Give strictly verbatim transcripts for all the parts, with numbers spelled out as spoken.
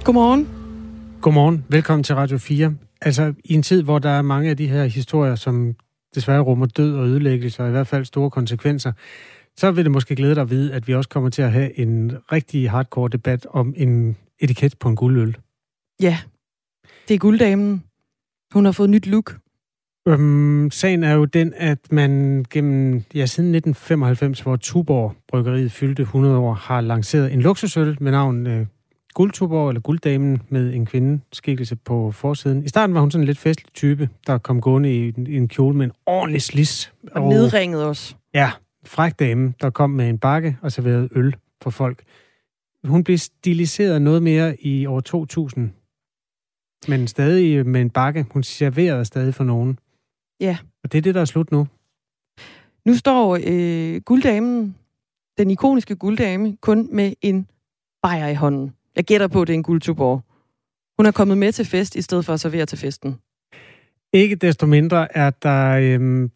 Godmorgen. Godmorgen. Velkommen til Radio fire. Altså, i en tid, hvor der er mange af de her historier, som desværre rummer død og ødelæggelse, og i hvert fald store konsekvenser, så vil det måske glæde dig at vide, at vi også kommer til at have en rigtig hardcore debat om en etiket på en guldøl. Ja, det er gulddamen. Hun har fået nyt look. Øhm, sagen er jo den, at man gennem, ja, siden nitten femoghalvfems, hvor Tuborg Bryggeriet fyldte hundrede år, har lanceret en luksusøl med navn øh, Guldtuborg, eller Gulddamen, med en kvindeskikkelse på forsiden. I starten var hun sådan en lidt festlig type, der kom gående i en, i en kjole med en ordentlig slis. Og, og nedringede os. Ja, fræk dame, der kom med en bakke og serverede øl for folk. Hun blev stiliseret noget mere i år to tusind, men stadig med en bakke. Hun serverede stadig for nogen. Ja. Og det er det, der er slut nu. Nu står øh, gulddamen, den ikoniske gulddame, kun med en bajer i hånden. Jeg gætter på, at det er en guldtuborg. Hun er kommet med til fest, i stedet for at servere til festen. Ikke desto mindre er der øhm,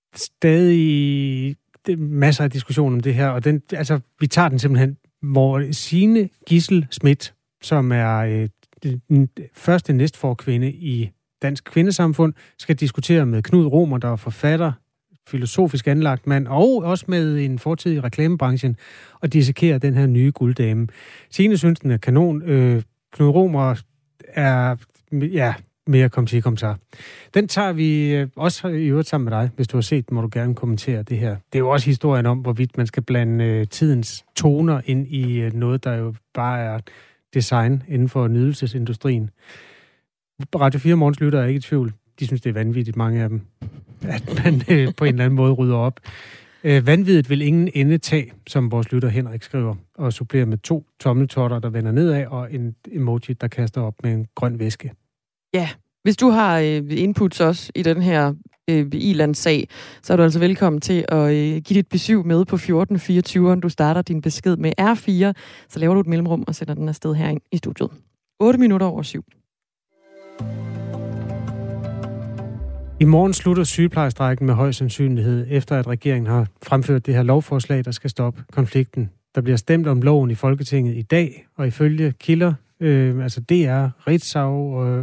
stadig masser af diskussion om det her, og den, altså, vi tager den simpelthen, hvor Signe Gidsel Schmidt, som er øh, den første næstforkvinde i Dansk Kvindesamfund, skal diskutere med Knud Romer, der er forfatter, filosofisk anlagt mand, og også med en fortid i reklamebranchen, og dissekerer den her nye gulddame. Signe synes, den er kanon. Øh, Knud Romer er, ja, mere kom til kom så. Den tager vi også i øvrigt sammen med dig. Hvis du har set den, må du gerne kommentere det her. Det er jo også historien om, hvorvidt man skal blande øh, tidens toner ind i øh, noget, der jo bare er design inden for nydelsesindustrien. Radio fire Morgens lytter er ikke i tvivl. De synes, det er vanvittigt, mange af dem, at man øh, på en eller anden måde rydder op. Øh, vanvittigt vil ingen ende tage, som vores lytter Henrik skriver, og supplerer med to tommeltotter, der vender nedad, og en emoji, der kaster op med en grøn væske. Ja, hvis du har øh, inputs også i den her øh, i-landssag, så er du altså velkommen til at øh, give dit besøg med på fjorten fireogtyve. Du starter din besked med R fire, så laver du et mellemrum og sender den afsted herind i studiet. otte minutter over syv. I morgen slutter sygeplejerstrækken med høj sandsynlighed, efter at regeringen har fremført det her lovforslag, der skal stoppe konflikten. Der bliver stemt om loven i Folketinget i dag, og ifølge kilder, øh, altså D R, Ritzau øh,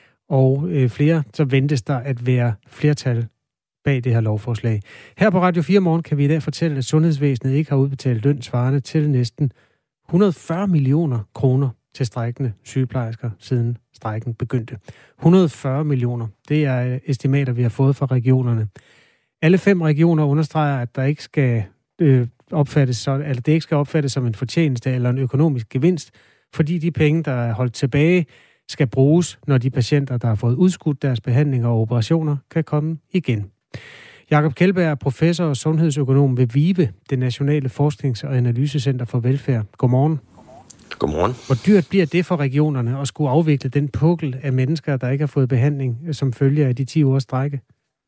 og øh, flere, så ventes der at være flertal bag det her lovforslag. Her på Radio fire Morgen kan vi i dag fortælle, at sundhedsvæsenet ikke har udbetalt løn svarende til næsten et hundrede og fyrre millioner kroner til strejkende sygeplejersker, siden strejken begyndte. et hundrede og fyrre millioner. Det er estimater, vi har fået fra regionerne. Alle fem regioner understreger, at der ikke skal øh, opfattes så, eller det ikke skal opfattes som en fortjeneste eller en økonomisk gevinst, fordi de penge, der er holdt tilbage, skal bruges, når de patienter, der har fået udskudt deres behandlinger og operationer, kan komme igen. Jakob Kjeldberg er professor og sundhedsøkonom ved VIVE, det Nationale Forsknings- og Analysecenter for Velfærd. Godmorgen. Godmorgen. Hvor dyrt bliver det for regionerne at skulle afvikle den pukkel af mennesker, der ikke har fået behandling, som følge af de ti ugers strejke?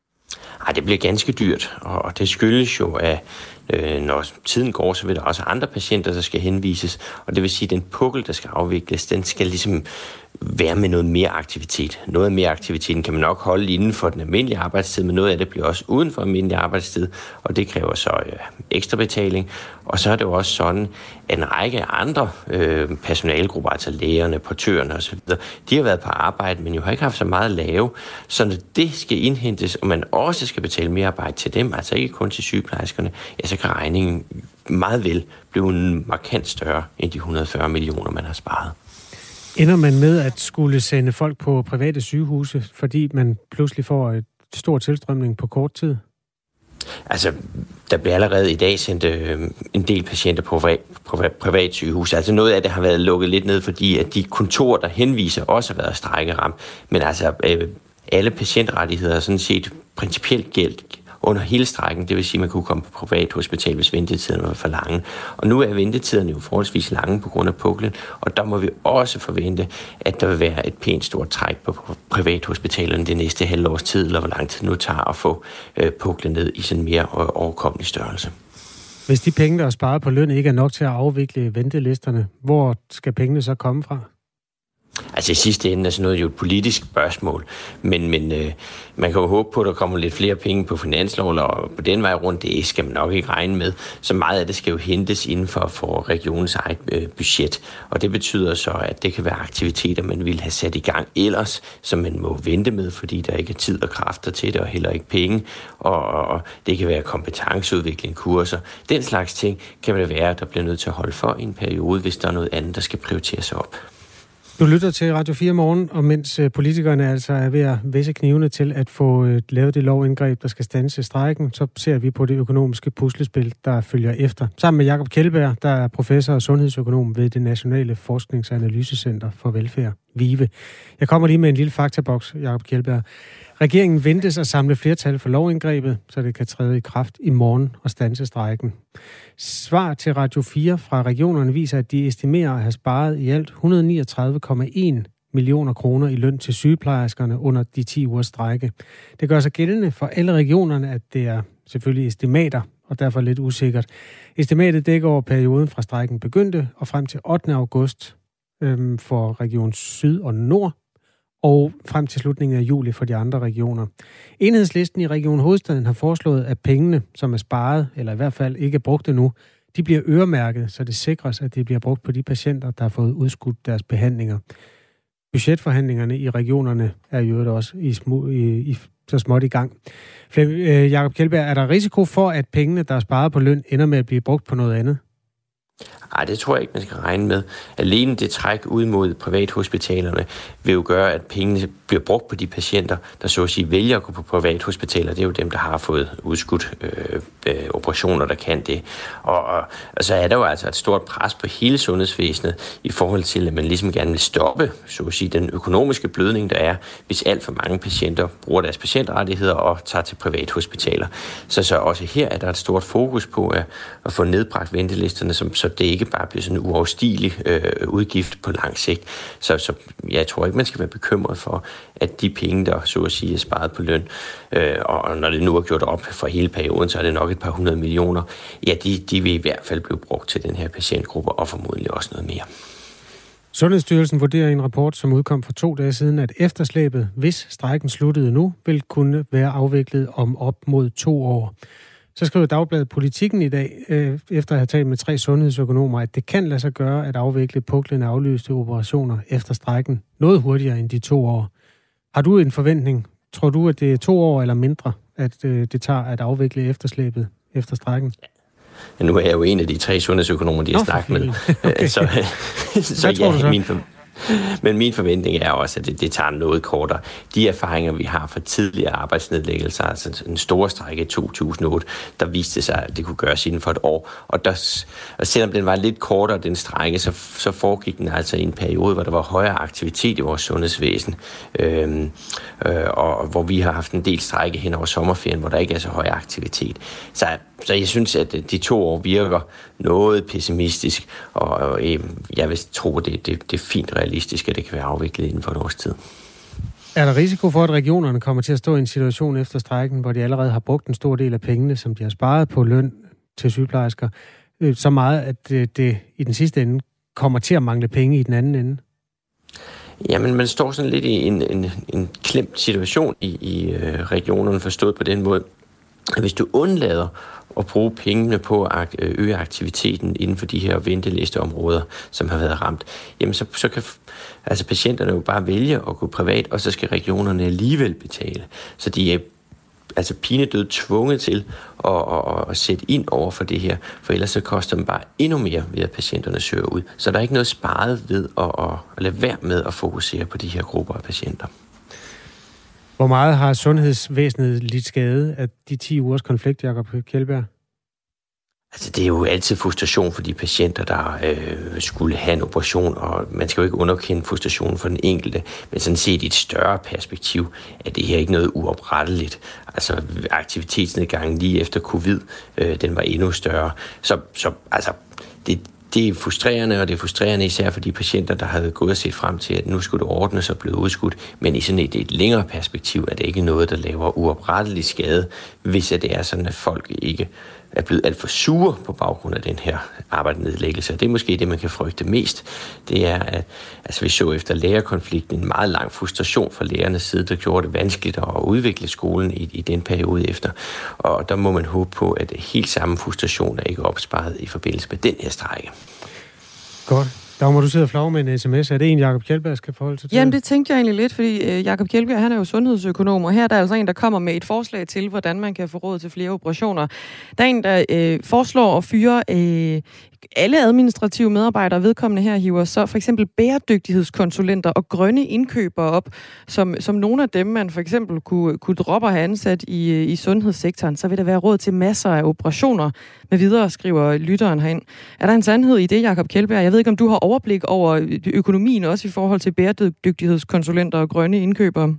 Ej, det bliver ganske dyrt, og det skyldes jo, at øh, når tiden går, så vil der også andre patienter, der skal henvises, og det vil sige, at den pukkel, der skal afvikles, den skal ligesom være med noget mere aktivitet. Noget af mere aktiviteten kan man nok holde inden for den almindelige arbejdstid, men noget af det bliver også uden for almindelig arbejdstid, og det kræver så øh, ekstra betaling. Og så er det jo også sådan, at en række andre øh, personalegrupper, altså lægerne, portørerne osv., de har været på arbejde, men jo har ikke haft så meget at lave. Så når det skal indhentes, og man også skal betale mere arbejde til dem, altså ikke kun til sygeplejerskerne, ja, så kan regningen meget vel blive markant større end de et hundrede og fyrre millioner, man har sparet. Ender man med at skulle sende folk på private sygehuse, fordi man pludselig får et stor tilstrømning på kort tid? Altså, der bliver allerede i dag sendt øh, en del patienter på privat, privat, privat sygehus. Altså noget af det har været lukket lidt ned, fordi at de kontorer, der henviser, også har været strejkeramt. Men altså, øh, alle patientrettigheder er sådan set principielt gældt under hele strejken. Det vil sige, at man kunne komme på privat hospital, hvis ventetiderne var for lange. Og nu er ventetiderne jo forholdsvis lange på grund af puklen, og der må vi også forvente, at der vil være et pænt stort træk på privathospitalerne det næste halvårs tid, eller hvor lang tid nu tager at få øh, puklen ned i sådan mere overkommelig størrelse. Hvis de penge, der er sparet på løn, ikke er nok til at afvikle ventelisterne, hvor skal pengene så komme fra? Altså i sidste ende er sådan noget jo et politisk spørgsmål, men, men øh, man kan jo håbe på, at der kommer lidt flere penge på finansloven, og på den vej rundt, det skal man nok ikke regne med. Så meget af det skal jo hentes inden for, for regionens eget øh, budget, og det betyder så, at det kan være aktiviteter, man ville have sat i gang ellers, som man må vente med, fordi der ikke er tid og kræfter til det, og heller ikke penge, og, og det kan være kompetenceudvikling, kurser. Den slags ting kan det være, at der bliver nødt til at holde for i en periode, hvis der er noget andet, der skal prioriteres op. Du lytter til Radio fire Morgen, og mens politikerne altså er ved at væsse knivene til at få lavet det lovindgreb, der skal standse strejken, så ser vi på det økonomiske puslespil, der følger efter. Sammen med Jakob Kjeldberg, der er professor og sundhedsøkonom ved det Nationale Forsknings- og Analysecenter for Velfærd, VIVE. Jeg kommer lige med en lille faktaboks, Jakob Kjeldberg. Regeringen ventes at samle flertal for lovindgrebet, så det kan træde i kraft i morgen og standse strejken. Svar til Radio fire fra regionerne viser, at de estimerer at have sparet i alt et hundrede og niogtredive komma en millioner kroner i løn til sygeplejerskerne under de ti ugers strejke. Det gør sig gældende for alle regionerne, at det er selvfølgelig estimater, og derfor lidt usikkert. Estimatet dækker over perioden fra strejken begyndte og frem til ottende august øhm, for Region Syd og Nord, og frem til slutningen af juli for de andre regioner. Enhedslisten i Region Hovedstaden har foreslået, at pengene, som er sparet, eller i hvert fald ikke er brugt endnu, de bliver øremærket, så det sikres, at de bliver brugt på de patienter, der har fået udskudt deres behandlinger. Budgetforhandlingerne i regionerne er jo også i, smu, i, i så småt i gang. Øh, Jakob Kjeldberg, er der risiko for, at pengene, der er sparet på løn, ender med at blive brugt på noget andet? Nej, det tror jeg ikke, man skal regne med. Alene det træk ud mod privathospitalerne vil jo gøre, at pengene bliver brugt på de patienter, der så at sige vælger at gå på privathospitaler. Det er jo dem, der har fået udskudt øh, øh, operationer, der kan det. Og, og, og så er der jo altså et stort pres på hele sundhedsvæsenet i forhold til, at man ligesom gerne vil stoppe, så at sige, den økonomiske blødning, der er, hvis alt for mange patienter bruger deres patientrettigheder og tager til privathospitaler. Så, så også her er der et stort fokus på at, at få nedbragt ventelisterne, som, så det ikke bare bliver sådan en uoverstigelig øh, udgift på lang sigt. Så, så jeg tror ikke, man skal være bekymret for, at de penge, der så at sige er sparet på løn, øh, og når det nu er gjort op for hele perioden, så er det nok et par hundrede millioner, ja, de, de vil i hvert fald blive brugt til den her patientgruppe, og formodentlig også noget mere. Sundhedsstyrelsen vurderer i en rapport, som udkom for to dage siden, at efterslæbet, hvis strejken sluttede nu, vil kunne være afviklet om op mod to år. Så skriver Dagbladet Politikken i dag, øh, efter at have talt med tre sundhedsøkonomer, at det kan lade sig gøre at afvikle puklende aflyste operationer efter strejken noget hurtigere end de to år. Har du en forventning? Tror du, at det er to år eller mindre, at øh, det tager at afvikle efterslæbet efter strejken? Ja, nu er jeg jo en af de tre sundhedsøkonomer, de har snakket med. Okay. så så ja, så? min forventning. Men min forventning er også, at det, det tager noget kortere. De erfaringer, vi har fra tidligere arbejdsnedlæggelser, altså en stor strejke i to tusind og otte, der viste sig, at det kunne gøres inden for et år. Og, der, og selvom den var lidt kortere, den strejke, så, så foregik den altså i en periode, hvor der var højere aktivitet i vores sundhedsvæsen. Øhm, øh, og hvor vi har haft en del strejke hen over sommerferien, hvor der ikke er så høj aktivitet. Så, så jeg synes, at de to år virker noget pessimistisk, og, og jeg vil tro, at det, det, det er fint realistisk, at det kan være afviklet inden for et års tid. Er der risiko for, at regionerne kommer til at stå i en situation efter strejken, hvor de allerede har brugt en stor del af pengene, som de har sparet på løn til sygeplejersker, så meget, at det, det i den sidste ende kommer til at mangle penge i den anden ende? Jamen, man står sådan lidt i en, en, en klemt situation i, i regionerne, forstået på den måde, at hvis du undlader at bruge pengene på at øge aktiviteten inden for de her ventelisteområder, som har været ramt, jamen så, så kan altså patienterne jo bare vælge at gå privat, og så skal regionerne alligevel betale. Så de er altså pinedød tvunget til at, at, at sætte ind over for det her, for ellers så koster dem bare endnu mere ved, at patienterne søger ud. Så der er ikke noget sparet ved at, at, at lade være med at fokusere på de her grupper af patienter. Hvor meget har sundhedsvæsenet lidt skade af de ti ugers konflikt, Jakob Kjeldberg? Altså, det er jo altid frustration for de patienter, der øh, skulle have en operation, og man skal jo ikke underkende frustrationen for den enkelte, men sådan set i et større perspektiv er det her ikke noget uopretteligt. Altså, aktivitetsnedgangen lige efter covid, øh, den var endnu større. Så, så altså, det, det er frustrerende, og det er frustrerende især for de patienter, der havde gået og set frem til, at nu skulle det ordnes og blive udskudt, men i sådan et, et længere perspektiv er det ikke noget, der laver uoprettelig skade, hvis det er sådan, at folk ikke er blevet alt for sure på baggrund af den her arbejdsnedlæggelse. Og det er måske det, man kan frygte mest. Det er, at altså, vi så efter lærerkonflikten en meget lang frustration fra lærernes side, der gjorde det vanskeligt at udvikle skolen i, i den periode efter. Og der må man håbe på, at helt samme frustration er ikke opsparet i forbindelse med den her strejke. Godt. Der må du sidde og flage med en sms. Er det en, Jacob Kjeldberg skal forholde sig til? Jamen, det tænkte jeg egentlig lidt, fordi øh, Jacob Kjeldberg, han er jo sundhedsøkonom, og her er der altså en, der kommer med et forslag til, hvordan man kan få råd til flere operationer. Der er en, der øh, foreslår at fyre øh, alle administrative medarbejdere, vedkommende her hiver så for eksempel bæredygtighedskonsulenter og grønne indkøbere op, som, som nogle af dem, man for eksempel kunne, kunne droppe at have ansat i, i sundhedssektoren, så vil der være råd til masser af operationer med videre, skriver lytteren herind. Er der en sandhed i det, Jacob Kjeldberg? Jeg ved ikke, om du har overblik over økonomien, også i forhold til bæredygtighedskonsulenter og grønne indkøbere.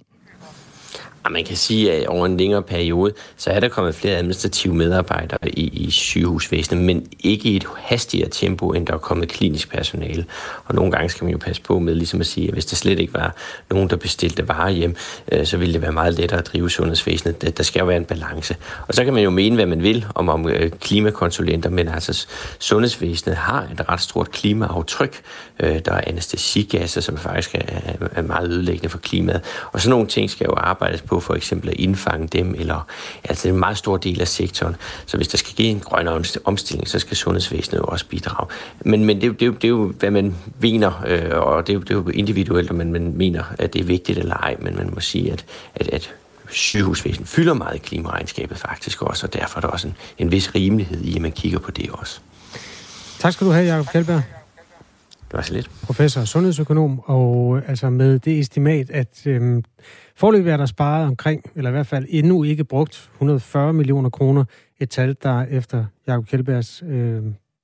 Man kan sige, at over en længere periode, så er der kommet flere administrative medarbejdere i, i sygehusvæsenet, men ikke i et hastigere tempo, end der er kommet klinisk personale. Og nogle gange skal man jo passe på med ligesom at sige, at hvis der slet ikke var nogen, der bestilte varer hjem, øh, så ville det være meget lettere at drive sundhedsvæsenet. Der skal jo være en balance. Og så kan man jo mene, hvad man vil om, om øh, klimakonsulenter, men altså sundhedsvæsenet har et ret stort klimaaftryk. Øh, der er anæstesigasser, som faktisk er, er meget ødelæggende for klimaet. Og sådan nogle ting skal jo arbejdes på, for eksempel at indfange dem, eller altså en meget stor del af sektoren. Så hvis der skal give en grøn omstilling, så skal sundhedsvæsenet jo også bidrage. Men, men det, det, er jo, det er jo, hvad man mener, øh, og det er, jo, det er jo individuelt, om man, man mener, at det er vigtigt eller ej, men man må sige, at, at, at sygehusvæsenet fylder meget i klimaregnskabet faktisk også, og derfor er der også en, en vis rimelighed i, at man kigger på det også. Tak skal du have, Jacob Kjeldberg. Det var så lidt. Professor og sundhedsøkonom, og altså med det estimat, at øhm, foreløbig er der sparet omkring, eller i hvert fald endnu ikke brugt, et hundrede og fyrre millioner kroner, et tal, der efter Jacob Kjeldbergs, øh,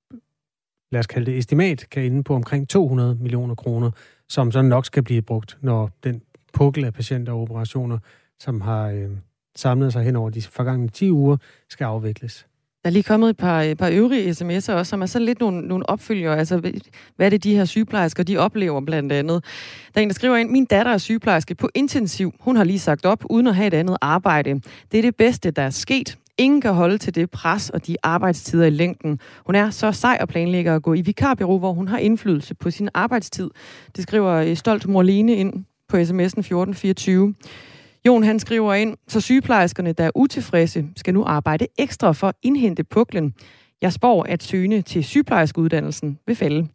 lad os kalde det estimat, kan ende på omkring to hundrede millioner kroner, som så nok skal blive brugt, når den pukkel af patienter og operationer, som har øh, samlet sig hen over de forgangne ti uger, skal afvikles. Der er lige kommet et par, et par øvrige sms'er også, som er sådan lidt nogle, nogle opfølgere. Altså, hvad er det, de her sygeplejersker, de oplever blandt andet? Der er en, der skriver ind, min datter er sygeplejerske på intensiv. Hun har lige sagt op, uden at have et andet arbejde. Det er det bedste, der er sket. Ingen kan holde til det pres og de arbejdstider i længden. Hun er så sej og planlægger at gå i vikarbureau, hvor hun har indflydelse på sin arbejdstid. Det skriver stolt mor Lene ind på sms'en fjorten fireogtyve. Jon, han skriver ind, så sygeplejerskerne, der er utilfredse, skal nu arbejde ekstra for at indhente puklen. Jeg spår, at søgende til sygeplejerskeuddannelsen vil falde.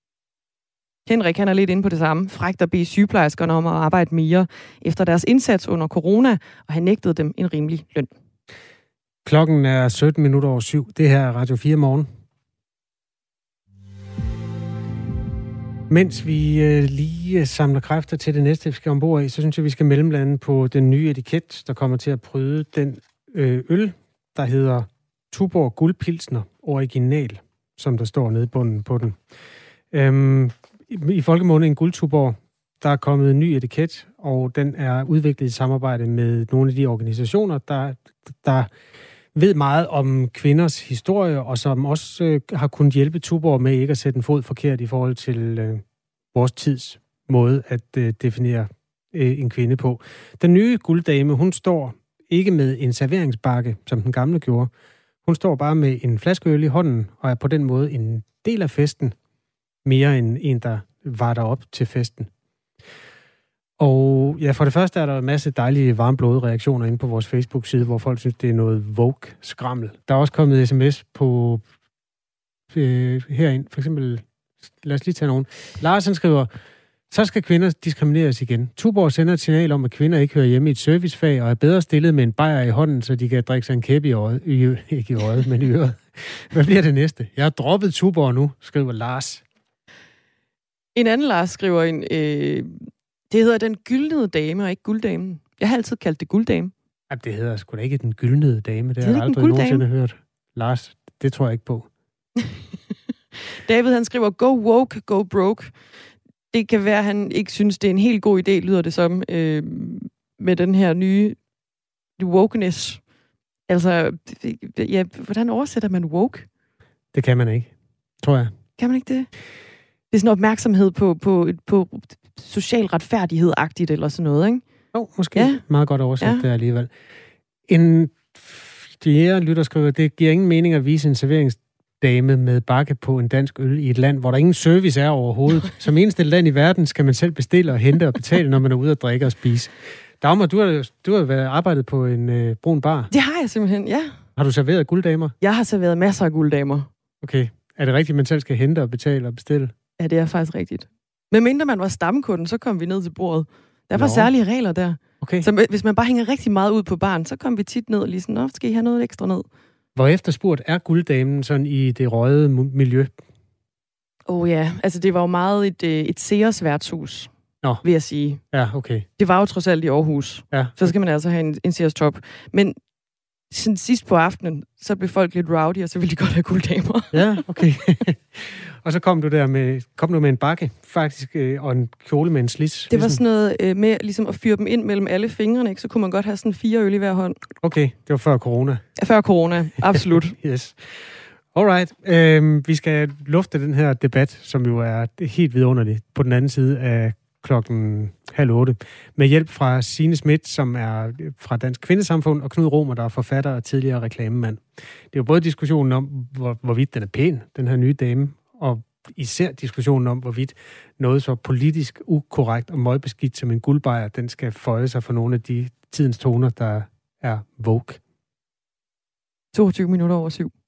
Henrik, han er lidt inde på det samme. Frækt at bede sygeplejerskerne om at arbejde mere efter deres indsats under corona, og han nægtede dem en rimelig løn. Klokken er sytten minutter over syv. Det her er Radio fire morgen. Mens vi øh, lige samler kræfter til det næste, vi skal ombord i, så synes jeg, vi skal mellemlande på den nye etiket, der kommer til at pryde den øh, øl, der hedder Tuborg Guldpilsner Original, som der står nede i bunden på den. Øhm, i, I folkemunde en guldtuborg, der er kommet en ny etiket, og den er udviklet i samarbejde med nogle af de organisationer, der, der ved meget om kvinders historie, og som også øh, har kunnet hjælpe Tuborg med ikke at sætte en fod forkert i forhold til øh, vores tids måde at øh, definere øh, en kvinde på. Den nye gulddame, hun står ikke med en serveringsbakke, som den gamle gjorde. Hun står bare med en flaske øl i hånden, og er på den måde en del af festen, mere end en, der var derop til festen. Og ja, for det første er der en masse dejlige varmblodede reaktioner inde på vores Facebook-side, hvor folk synes, det er noget woke-skrammel. Der er også kommet sms på øh, herind. For eksempel, lad os lige tage nogen. Larsen skriver, så skal kvinder diskrimineres igen. Tuborg sender et signal om, at kvinder ikke hører hjemme i et servicefag, og er bedre stillet med en bajer i hånden, så de kan drikke sig en kæppe i øjet. I, ikke i øjet, men i øret. Hvad bliver det næste? Jeg har droppet Tuborg nu, skriver Lars. En anden Lars skriver en... Øh Det hedder den gyldnede dame, og ikke gulddamen. Jeg har altid kaldt det gulddame. Ja, det hedder sgu da ikke den gyldnede dame. Det, det har jeg aldrig nogensinde hørt. Lars, det tror jeg ikke på. David, han skriver, go woke, go broke. Det kan være, at han ikke synes, det er en helt god idé, lyder det som, øh, med den her nye wokeness. Altså, ja, hvordan oversætter man woke? Det kan man ikke, tror jeg. Kan man ikke det? Det er sådan en opmærksomhed på, på, på social retfærdighed-agtigt eller sådan noget, ikke? Jo, måske. Ja. Meget godt oversat ja. det alligevel. En Fjerde lytter skriver, det giver ingen mening at vise en serveringsdame med bakke på en dansk øl i et land, hvor der ingen service er overhovedet. Som eneste land i verden skal man selv bestille og hente og betale, når man er ude at drikke og spise. Dagmar, du har, du har været arbejdet på en øh, brun bar. Det har jeg simpelthen, ja. Har du serveret gulddamer? Jeg har serveret masser af gulddamer. Okay. Er det rigtigt, at man selv skal hente og betale og bestille? Ja, det er faktisk rigtigt. Men mindre man var stamkunden, så kom vi ned til bordet. Der var Nå. særlige regler der. Okay. Så hvis man bare hænger rigtig meget ud på baren, så kom vi tit ned og lige sådan, nå, skal I have noget ekstra ned? Hvor efterspurgt er gulddamen sådan i det røde miljø? Åh oh, ja, altså det var jo meget et, et Sears værtshus, Nå. vil jeg sige. Ja, okay. Det var jo trods alt i Aarhus. Ja. Så skal man altså have en, en Sears top. Men sådan sidst på aftenen, så blev folk lidt rowdy, og så ville de godt have gulddamer. Ja, okay. Og så kom du der med, kom du med en bakke, faktisk, øh, og en kjole med en slis. Det var sådan noget øh, med ligesom at fyre dem ind mellem alle fingrene, ikke? Så kunne man godt have sådan fire øl i hver hånd. Okay, det var før corona. Ja, før corona, absolut. Yes. Alright, øhm, vi skal lufte den her debat, som jo er helt vidunderlig, på den anden side af klokken halv otte, med hjælp fra Signe Schmidt, som er fra Dansk Kvindesamfund, og Knud Romer, der er forfatter og tidligere reklamemand. Det er jo både diskussionen om, hvor, hvorvidt den er pæn, den her nye dame, og især diskussionen om, hvorvidt noget så politisk ukorrekt og møgbeskidt som en guldbejer, den skal føje sig for nogle af de tidens toner, der er woke. toogtyve minutter over syv.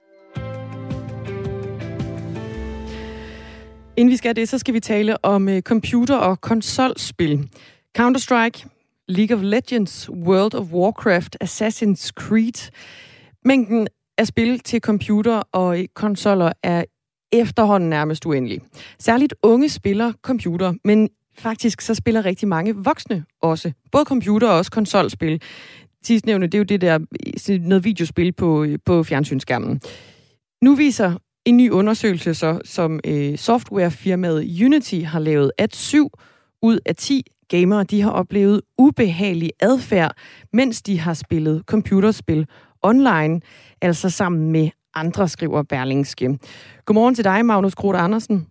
Inden vi skal det, så skal vi tale om uh, computer- og konsolspil. Counter-Strike, League of Legends, World of Warcraft, Assassin's Creed. Mængden af spil til computer og konsoller er efterhånden nærmest uendelig. Særligt unge spiller computer, men faktisk så spiller rigtig mange voksne også. Både computer og også konsolspil. Sidstnævnte, det er jo det der noget videospil på, på fjernsynsskærmen. Nu viser en ny undersøgelse, så, som øh, softwarefirmaet Unity har lavet, at syv ud af ti gamere, de har oplevet ubehagelig adfærd, mens de har spillet computerspil online, altså sammen med andre, skriver Berlingske. Godmorgen til dig, Magnus Groth Andersen.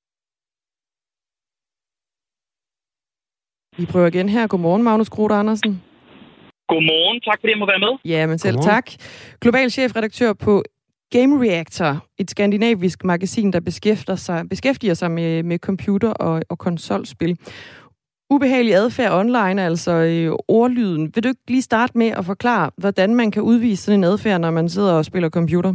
Vi prøver igen her. Godmorgen, Magnus Groth Andersen. Godmorgen. Tak fordi jeg må være med. Ja, men selv tak. Global chefredaktør på Game Reactor, et skandinavisk magasin, der beskæftiger sig, beskæftiger sig med, med computer- og, og konsolspil. Ubehagelig adfærd online, altså øh, ordlyden. Vil du ikke lige starte med at forklare, hvordan man kan udvise sådan en adfærd, når man sidder og spiller computer?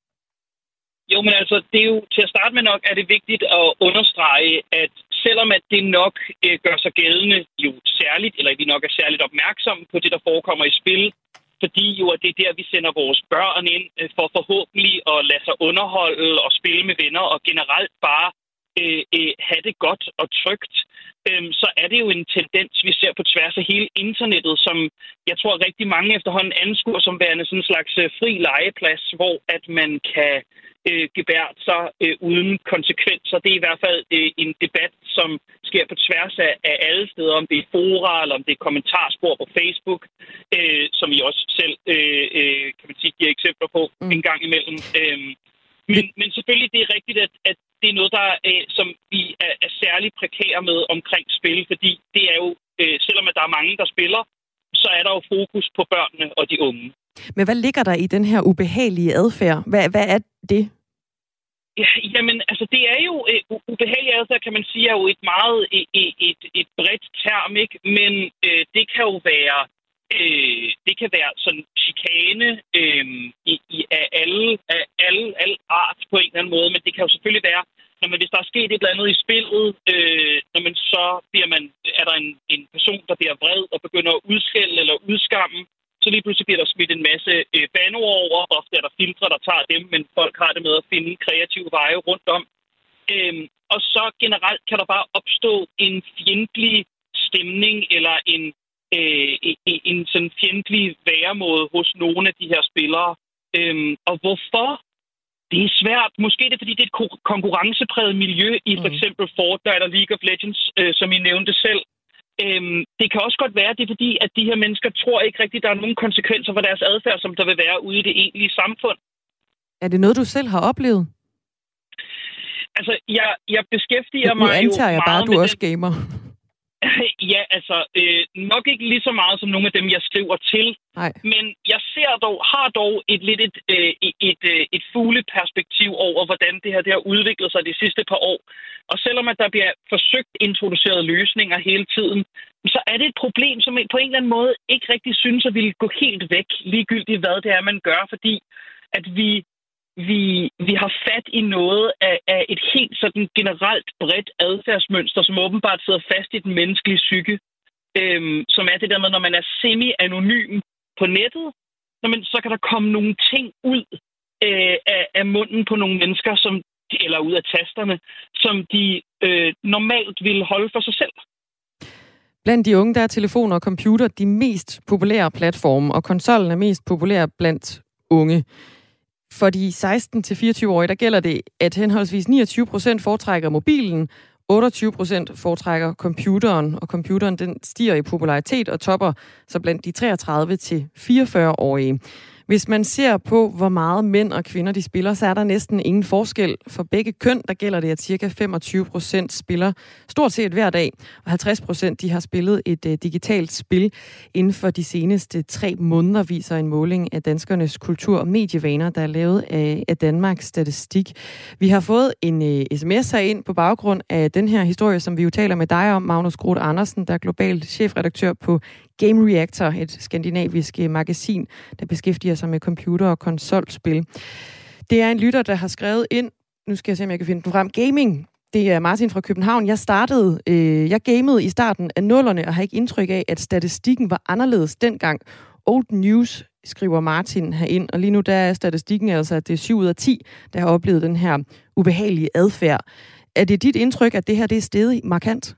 Jo, men altså, det er jo, til at starte med nok, er det vigtigt at understrege, at selvom at det nok øh, gør sig gældende jo særligt, eller vi nok er særligt opmærksomme på det, der forekommer i spil, fordi jo, at det er der, vi sender vores børn ind øh, for forhåbentlig at lade sig underholde og spille med venner, og generelt bare øh, øh, have det godt og trygt, øh, så er det jo en tendens, vi ser på tværs af hele internettet, som jeg tror rigtig mange efterhånden anskuer som værende sådan en slags øh, fri legeplads, hvor at man kan øh, gebære sig øh, uden konsekvenser. Det er i hvert fald øh, en debat, som sker på tværs af, af alle steder, om det er fora, eller om det er kommentarspor på Facebook, øh, som I også selv øh, øh, kan man sige, giver eksempler på mm. en gang imellem. Øh, men, men selvfølgelig det er rigtigt, at, at det er noget, der øh, som vi er, er særligt prekære med omkring spil, fordi det er jo, øh, selvom at der er mange, der spiller, så er der jo fokus på børnene og de unge. Men hvad ligger der i den her ubehagelige adfærd? Hvad, hvad er det? Ja, jamen, altså det er jo øh, ubehagelig adfærd, kan man sige, er jo et meget et, et, et bredt term, ikke? Men øh, det kan jo være øh, det kan være sådan chikane øh, i, i, af alle af alle, alle art på en eller anden måde, men det kan jo selvfølgelig være, når man, hvis der er sket et eller andet i spillet, øh, når man så bliver man er der en, en person, der bliver vred og begynder at udskælde eller udskamme. Så lige pludselig bliver der smidt en masse øh, bandeord over. Ofte er der filtre, der tager dem, men folk har det med at finde kreative veje rundt om. Øhm, og så generelt kan der bare opstå en fjendtlig stemning, eller en, øh, en, en sådan fjendtlig væremåde hos nogle af de her spillere. Øhm, og hvorfor? Det er svært. Måske er det, fordi det er et konkurrencepræget miljø i for eksempel Fortnite eller League of Legends, øh, som I nævnte selv. Øhm, det kan også godt være, det er fordi, at de her mennesker tror ikke rigtigt, der er nogen konsekvenser for deres adfærd, som der vil være ude i det egentlige samfund. Er det noget, du selv har oplevet? Altså, jeg, jeg beskæftiger nu mig jo antager jeg bare, at du med også den... gamer. ja, altså øh, nok ikke lige så meget som nogle af dem, jeg skriver til. Nej. Men jeg ser dog, har dog et lidt et, øh, et, et, et fugleperspektiv over, hvordan det her det har udviklet sig de sidste par år. Og selvom at der bliver forsøgt introduceret løsninger hele tiden, så er det et problem, som på en eller anden måde ikke rigtig synes at ville gå helt væk, ligegyldigt hvad det er, man gør, fordi at vi Vi, vi har fat i noget af, af et helt sådan generelt bredt adfærdsmønster, som åbenbart sidder fast i den menneskelige psyke, øhm, som er det der med, når man er semi-anonym på nettet, man, så kan der komme nogle ting ud øh, af, af munden på nogle mennesker, som, eller ud af tasterne, som de øh, normalt vil holde for sig selv. Blandt de unge, der er telefoner og computer de mest populære platforme, og konsollen er mest populær blandt unge. For de seksten til fireogtyve-årige, der gælder det, at henholdsvis niogtyve procent foretrækker mobilen, otteogtyve procent foretrækker computeren, og computeren den stiger i popularitet og topper så blandt de treogtredive til fireogfyrre-årige. Hvis man ser på, hvor meget mænd og kvinder de spiller, så er der næsten ingen forskel. For begge køn, der gælder det, at ca. femogtyve procent spiller stort set hver dag, og halvtreds procent de har spillet et uh, digitalt spil inden for de seneste tre måneder, viser en måling af danskernes kultur- og medievaner, der er lavet af, af Danmarks Statistik. Vi har fået en uh, sms herind på baggrund af den her historie, som vi jo taler med dig om, Magnus Groth Andersen, der er global chefredaktør på Game Reactor, et skandinavisk magasin, der beskæftiger sig med computer- og konsolspil. Det er en lytter, der har skrevet ind, nu skal jeg se, om jeg kan finde den frem, gaming. Det er Martin fra København. Jeg startede, øh, jeg gamede i starten af nullerne, og har ikke indtryk af, at statistikken var anderledes dengang. Old news, skriver Martin herind, og lige nu der er statistikken altså, at det er syv ud af ti, der har oplevet den her ubehagelige adfærd. Er det dit indtryk, at det her det er steget markant?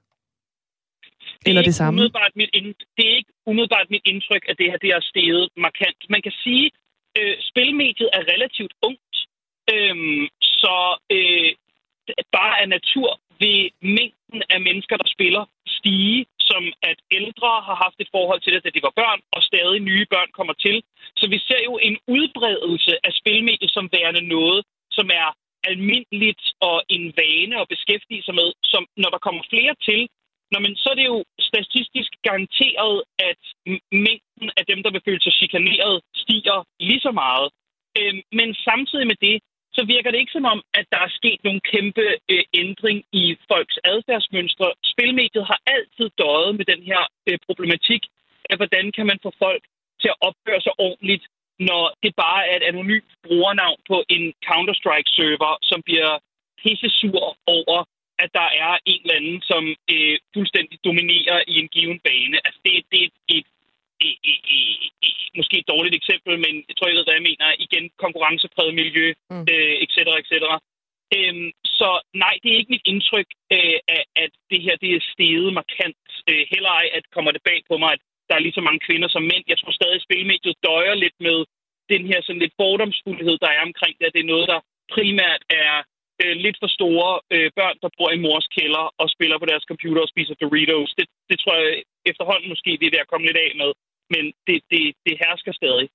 Det Eller det samme? Mit ind, det er ikke umiddelbart mit indtryk, at det her det er steget markant. Man kan sige, at øh, spilmediet er relativt ungt, øhm, så øh, bare af natur vil mængden af mennesker, der spiller, stige, som at ældre har haft et forhold til det, da de var børn, og stadig nye børn kommer til. Så vi ser jo en udbredelse af spilmediet som værende noget, som er almindeligt og en vane at beskæftige sig med, som når der kommer flere til, Nå, men så er det jo statistisk garanteret, at mængden af dem, der vil føle sig chikaneret, stiger lige så meget. Øhm, men samtidig med det, så virker det ikke som om, at der er sket nogen kæmpe øh, ændring i folks adfærdsmønstre. Spilmediet har altid døjet med den her øh, problematik af, hvordan kan man få folk til at opføre sig ordentligt, når det bare er et anonymt brugernavn på en Counter-Strike-server, som bliver pissesur over, at der er en eller anden, som øh, fuldstændig dominerer i en given bane. Altså, det, det er et, et, et, et, et, et måske et dårligt eksempel, men jeg tror, jeg ved, hvad jeg mener. Igen, konkurrencepræget miljø, mm. øh, et cetera, et cetera. Øhm, så nej, det er ikke mit indtryk, øh, at det her det er steget markant. Øh, heller ej, at kommer det bag på mig, at der er lige så mange kvinder som mænd. Jeg tror stadig, at spilmediet døjer lidt med den her sådan lidt fordomsfuldhed, der er omkring det. Det er noget, der primært er øh, lidt for store øh, børn, der bor i mors kælder og spiller på deres computer og spiser Doritos. Det, det tror jeg efterhånden måske, det er ved at komme lidt af med. Men det, det, det hersker stadig.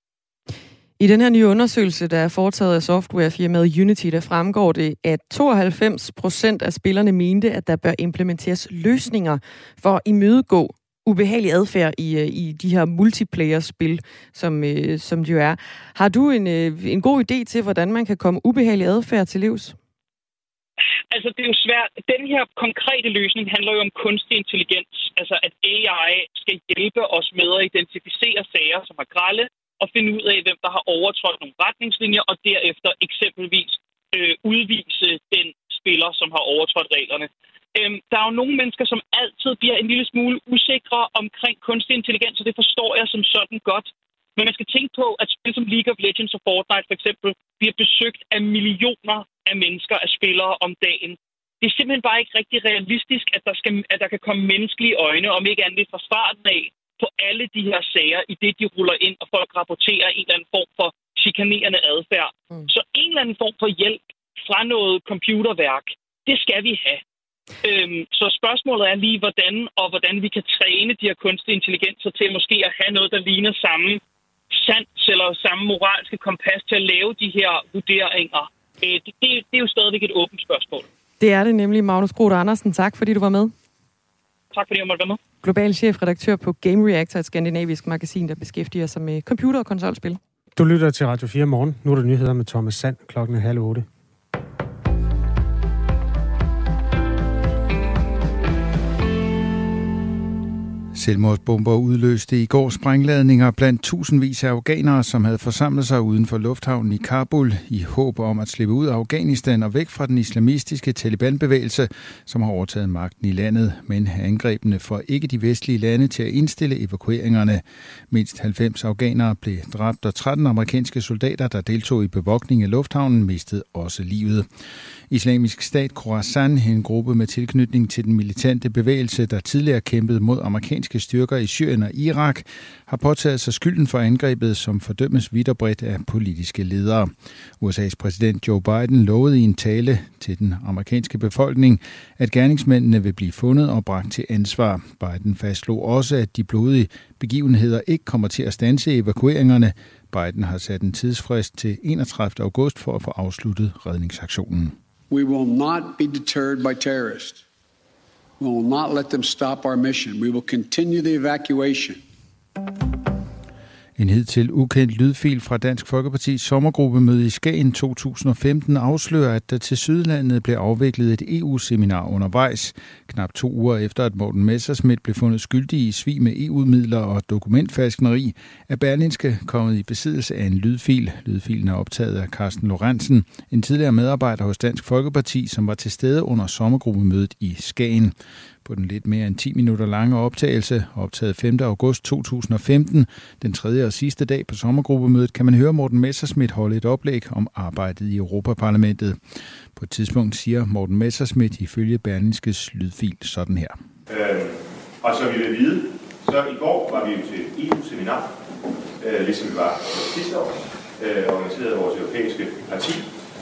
I den her nye undersøgelse, der er foretaget af softwarefirmaet Unity, der fremgår det, at tooghalvfems procent af spillerne mente, at der bør implementeres løsninger for at imødegå ubehagelig adfærd i, i de her multiplayer-spil, som, øh, som de jo er. Har du en, øh, en god idé til, hvordan man kan komme ubehagelig adfærd til livs? Altså, det er jo svært. Den her konkrete løsning handler jo om kunstig intelligens. Altså, at A I skal hjælpe os med at identificere sager, som er grelle, og finde ud af, hvem der har overtrådt nogle retningslinjer, og derefter eksempelvis øh, udvise den spiller, som har overtrådt reglerne. Øhm, der er jo nogle mennesker, som altid bliver en lille smule usikre omkring kunstig intelligens, og det forstår jeg som sådan godt. Men man skal tænke på, at spil som League of Legends og Fortnite for eksempel bliver besøgt af millioner af mennesker, af spillere om dagen. Det er simpelthen bare ikke rigtig realistisk, at der, skal, at der kan komme menneskelige øjne, om ikke andet fra starten af, på alle de her sager, i det de ruller ind, og folk rapporterer en eller anden form for chikanerende adfærd. Mm. Så en eller anden form for hjælp fra noget computerværk, det skal vi have. Øhm, så spørgsmålet er lige, hvordan og hvordan vi kan træne de her kunstige intelligenser til måske at have noget, der ligner samme sans eller samme moralske kompas til at lave de her vurderinger. Øh, det, det, det er jo stadigvæk et åbent spørgsmål. Det er det nemlig, Magnus Groth Andersen. Tak, fordi du var med. Tak, fordi jeg måtte være med. global chefredaktør på Game Reactor, et skandinavisk magasin, der beskæftiger sig med computer- og konsolspil. Du lytter til Radio fire morgen. Nu er der nyheder med Thomas Sand. Klokken er halv otte. Selvmordsbomber udløste i går sprængladninger blandt tusindvis af afghanere, som havde forsamlet sig uden for lufthavnen i Kabul i håb om at slippe ud af Afghanistan og væk fra den islamistiske Taliban-bevægelse, som har overtaget magten i landet. Men angrebene får ikke de vestlige lande til at indstille evakueringerne. Mindst halvfems afghanere blev dræbt, og tretten amerikanske soldater, der deltog i bevogtning af lufthavnen, mistede også livet. Islamisk Stat Khorasan, en gruppe med tilknytning til den militante bevægelse, der tidligere kæmpede mod amerikanske styrker i Syrien og Irak, har påtaget sig skylden for angrebet, som fordømmes vidt og bredt af politiske ledere. U S A's præsident Joe Biden lovede i en tale til den amerikanske befolkning, at gerningsmændene vil blive fundet og bragt til ansvar. Biden fastslog også, at de blodige begivenheder ikke kommer til at standse evakueringerne. Biden har sat en tidsfrist til enogtredivte august for at få afsluttet redningsaktionen. We will not be deterred by terrorists. We will not let them stop our mission. We will continue the evacuation. En hidtil ukendt lydfil fra Dansk Folkepartis sommergruppemøde i Skagen to tusind og femten afslører, at der til Sydlandet blev afviklet et E U-seminar undervejs. Knap to uger efter, at Morten Messerschmidt blev fundet skyldig i svig med E U-midler og dokumentfalskneri, er Berlingske kommet i besiddelse af en lydfil. Lydfilen er optaget af Carsten Lorentzen, en tidligere medarbejder hos Dansk Folkeparti, som var til stede under sommergruppemødet i Skagen. På den lidt mere end ti minutter lange optagelse, optaget femte august to tusind og femten, den tredje og sidste dag på sommergruppemødet, kan man høre Morten Messerschmidt holde et oplæg om arbejdet i Europaparlamentet. På et tidspunkt siger Morten Messerschmidt ifølge Berlingskes lydfil sådan her. Øh, og som I vil vide, så i går var vi jo til E U-seminar, øh, ligesom vi var sidste år, øh, organiseret af vores europæiske parti.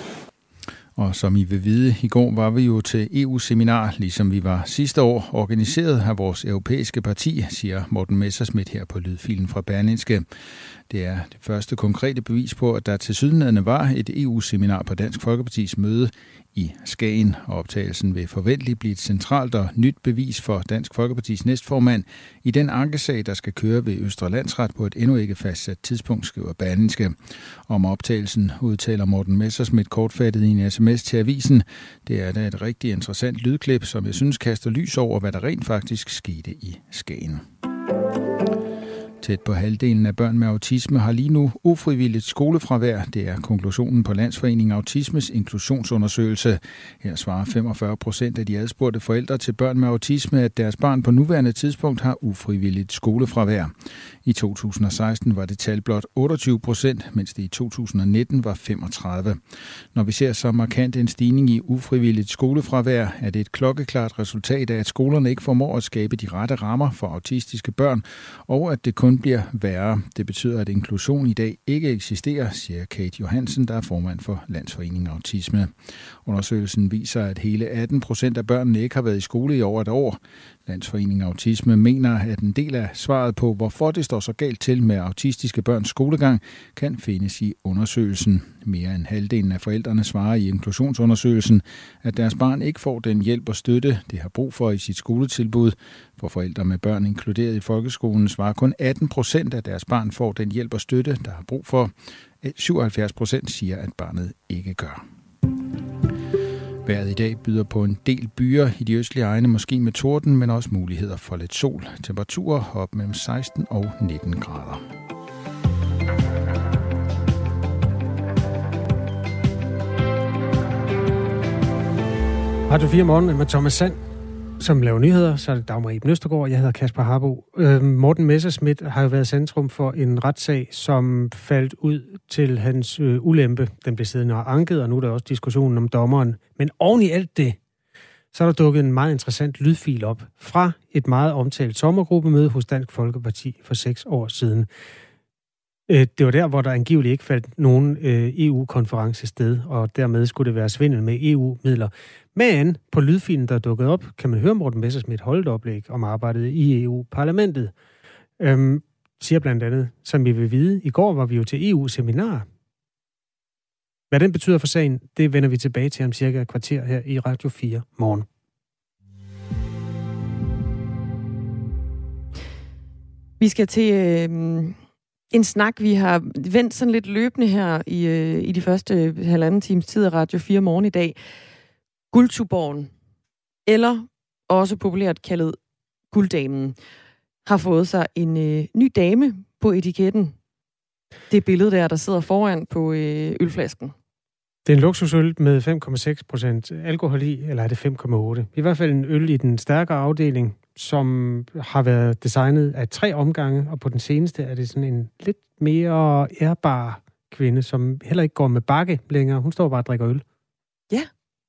Og som I vil vide, i går var vi jo til E U-seminar, ligesom vi var sidste år, organiseret af vores europæiske parti, siger Morten Messerschmidt her på lydfilen fra Berlingske. Det er det første konkrete bevis på, at der tilsyneladende var et E U-seminar på Dansk Folkepartis møde i Skagen, og optagelsen vil forventeligt blive et centralt og nyt bevis for Dansk Folkepartis næstformand i den ankesag, der skal køre ved Østre Landsret på et endnu ikke fastsat tidspunkt, skriver Berlingske. Om optagelsen udtaler Morten Messerschmidt kortfattet i en sms til avisen. Det er da et rigtig interessant lydklip, som jeg synes kaster lys over, hvad der rent faktisk skete i Skagen. Tæt på halvdelen af børn med autisme har lige nu ufrivilligt skolefravær. Det er konklusionen på Landsforeningen Autismes inklusionsundersøgelse. Her svarer femogfyrre procent af de adspurgte forældre til børn med autisme, at deres barn på nuværende tidspunkt har ufrivilligt skolefravær. I to tusind og seksten var det tal blot otteogtyve procent, mens det i to tusind og nitten var femogtredive. Når vi ser så markant en stigning i ufrivilligt skolefravær, er det et klokkeklart resultat af, at skolerne ikke formår at skabe de rette rammer for autistiske børn, og at det kun bliver værre. Det betyder, at inklusion i dag ikke eksisterer, siger Kate Johansen, der er formand for Landsforeningen Autisme. Undersøgelsen viser, at hele atten procent af børnene ikke har været i skole i over et år. Landsforeningen Autisme mener, at en del af svaret på, hvorfor det står så galt til med autistiske børns skolegang, kan findes i undersøgelsen. Mere end halvdelen af forældrene svarer i inklusionsundersøgelsen, at deres barn ikke får den hjælp og støtte, det har brug for i sit skoletilbud. For forældre med børn inkluderet i folkeskolen svarer kun atten procent, at deres barn får den hjælp og støtte, der har brug for. syvoghalvfjerds procent siger, at barnet ikke gør. Vejret i dag byder på en del byer i de østlige egne, måske med torden, men også muligheder for lidt sol. Temperaturer op mellem seksten og nitten grader. Radio fire morgen med Thomas Sand, som laver nyheder. Så er det Dagmar Eben Østergaard, jeg hedder Kasper Harbo. Øh, Morten Messerschmidt har jo været centrum for en retssag, som faldt ud til hans øh, ulempe. Den blev siddende og anket, og nu er der også diskussionen om dommeren. Men oven i alt det, så er der dukket en meget interessant lydfil op fra et meget omtalt sommergruppemøde hos Dansk Folkeparti for seks år siden. Øh, det var der, hvor der angiveligt ikke faldt nogen øh, E U-konference sted, og dermed skulle det være svindel med E U-midler. Men på lydfilen, der er dukket op, kan man høre Morten Messerschmidt holde et oplæg om arbejdet i E U-parlamentet. Øhm, siger blandt andet, som vi vil vide, i går var vi jo til E U-seminar. Hvad den betyder for sagen, det vender vi tilbage til om cirka et kvarter her i Radio fire morgen. Vi skal til øh, en snak, vi har vendt sådan lidt løbende her i, øh, i de første halvanden times tid af Radio fire Morgen i dag. Guldtuborgen, eller også populært kaldet Gulddamen, har fået sig en øh, ny dame på etiketten. Det billede der, der sidder foran på øh, ølflasken. Det er en luksusøl med fem komma seks procent alkohol i, eller er det fem komma otte? I hvert fald en øl i den stærkere afdeling, som har været designet af tre omgange, og på den seneste er det sådan en lidt mere ærbar kvinde, som heller ikke går med bakke længere. Hun står bare og drikker øl. Ja.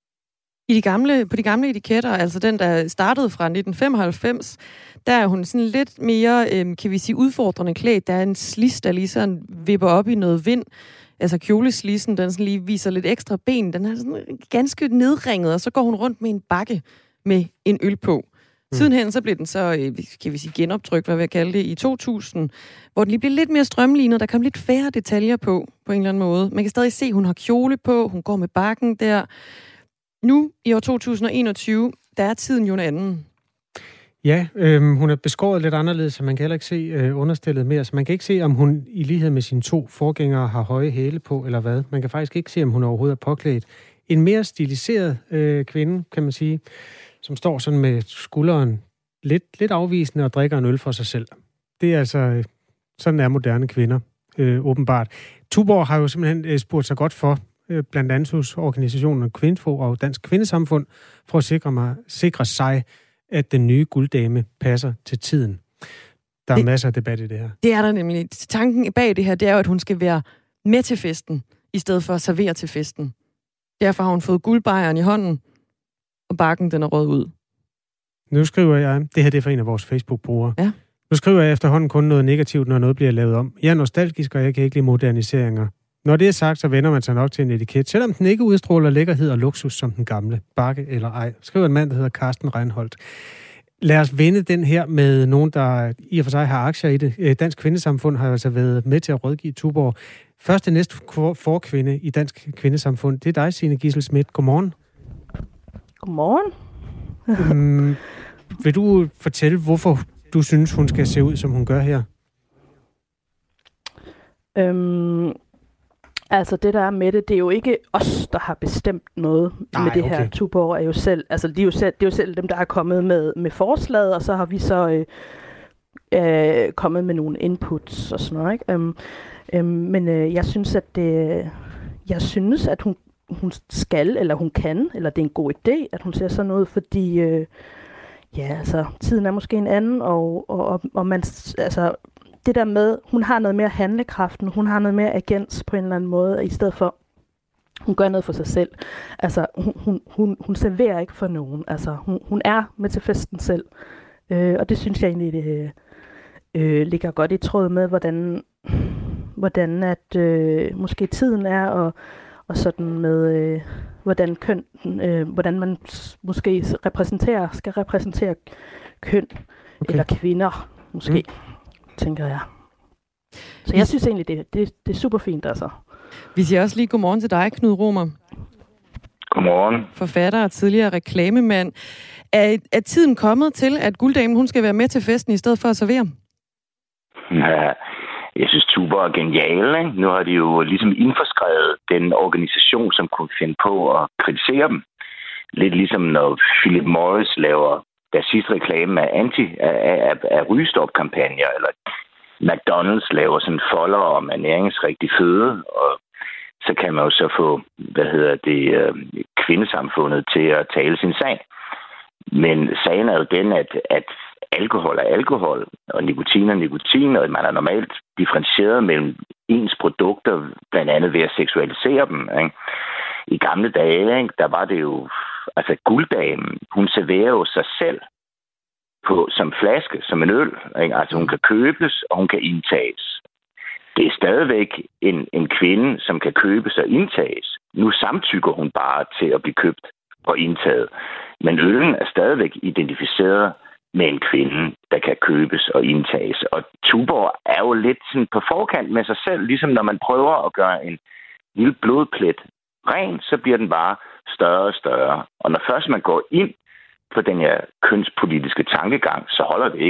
I de gamle, på de gamle etiketter, altså den, der startede fra nitten femoghalvfems, der er hun sådan lidt mere, øh, kan vi sige, udfordrende klædt. Der er en slis, der lige sådan vipper op i noget vind. Altså kjoleslissen, den sådan lige viser lidt ekstra ben. Den er sådan ganske nedringet, og så går hun rundt med en bakke med en øl på. Mm. Sidenhen så blev den så, kan vi sige, genoptrykt, hvad vi kalde det, i to tusind, hvor den lige blev lidt mere strømlignet. Der kom lidt færre detaljer på, på en eller anden måde. Man kan stadig se, at hun har kjole på, hun går med bakken der. Nu, i år to tusind og enogtyve, der er tiden jo en anden. Ja, øh, hun er beskåret lidt anderledes, så man kan heller ikke se øh, understillet mere. Så man kan ikke se, om hun i lighed med sine to forgængere har høje hæle på, eller hvad. Man kan faktisk ikke se, om hun overhovedet er påklædt. En mere stiliseret øh, kvinde, kan man sige, som står sådan med skulderen lidt, lidt afvisende og drikker en øl for sig selv. Det er altså, sådan er moderne kvinder, øh, åbenbart. Tuborg har jo simpelthen øh, spurgt sig godt for, øh, blandt andet hos organisationen Kvindfo og Dansk Kvindesamfund, for at sikre, mig, sikre sig, at den nye gulddame passer til tiden. Der er det, masser af debat i det her. Det er der nemlig. Tanken bag det her, det er jo, at hun skal være med til festen, i stedet for at servere til festen. Derfor har hun fået guldbajeren i hånden, og bakken den er røget ud. Nu skriver jeg, det her det er for en af vores Facebook-brugere. Ja. Nu skriver jeg efterhånden kun noget negativt, når noget bliver lavet om. Jeg er nostalgisk, og jeg kan ikke lide moderniseringer. Når det er sagt, så vender man sig nok til en etiket, selvom den ikke udstråler lækkerhed og luksus som den gamle, bakke eller ej. Skriver en mand, der hedder Carsten Reinholdt. Lad os vende den her med nogen, der i og for sig har aktier i det. Dansk Kvindesamfund har altså været med til at rådgive Tuborg. Første næste forkvinde i Dansk Kvindesamfund, det er dig, Signe Giesel-Schmidt. Godmorgen. Godmorgen. um, vil du fortælle, hvorfor du synes, hun skal se ud, som hun gør her? Øhm, altså det der er med det, det er jo ikke os, der har bestemt noget Nej, med det okay. her. Tuborg er jo selv, altså de er jo selv, det er jo selv dem, der er kommet med, med forslaget, og så har vi så øh, øh, kommet med nogle inputs og sådan noget, ikke? Øhm, øhm, men øh, jeg synes, at det, jeg synes, at hun, hun skal, eller hun kan, eller det er en god idé, at hun ser sådan ud, fordi øh, ja, altså tiden er måske en anden, og, og, og, og man, altså det der med, hun har noget mere handlekraften, hun har noget mere agens på en eller anden måde, i stedet for, hun gør noget for sig selv. Altså, hun, hun, hun, hun serverer ikke for nogen. Altså, hun, hun er med til festen selv. Øh, og det synes jeg egentlig, det øh, ligger godt i tråd med, hvordan, hvordan at øh, måske tiden er, og, og sådan med, øh, hvordan køn, øh, hvordan man måske repræsenterer, skal repræsentere køn, okay. Eller kvinder, måske. Mm. Tænker jeg. Så jeg synes egentlig, det, det, det er super fint, altså. Vi siger også lige godmorgen til dig, Knud Romer. Godmorgen. Forfatter og tidligere reklamemand. Er, er tiden kommet til, at gulddamen hun skal være med til festen, i stedet for at servere? Ja, jeg synes, Tuborg er genial, ikke? Nu har de jo ligesom indforskrevet den organisation, som kunne finde på at kritisere dem. Lidt ligesom når Philip Morris laver der sidste reklame af anti af, af, af rygestop-kampagner, eller McDonald's laver sådan folder om ernæringsrigtig føde, og så kan man jo så få, hvad hedder det, øh, kvindesamfundet til at tale sin sag. Men sagen er jo den, at, at alkohol er alkohol, og nikotin er nikotin, og man er normalt differentieret mellem ens produkter, blandt andet ved at seksualisere dem, ikke? I gamle dage, ikke, der var det jo, altså gulddamen, hun serverer jo sig selv på, som flaske, som en øl. Ikke? Altså hun kan købes, og hun kan indtages. Det er stadigvæk en, en kvinde, som kan købes og indtages. Nu samtykker hun bare til at blive købt og indtaget. Men øllen er stadigvæk identificeret med en kvinde, der kan købes og indtages. Og Tuborg er jo lidt sådan på forkant med sig selv, ligesom når man prøver at gøre en lille blodplet ren, så bliver den bare større og større. Og når først man går ind på den her kønspolitiske tankegang, så holder det ikke op.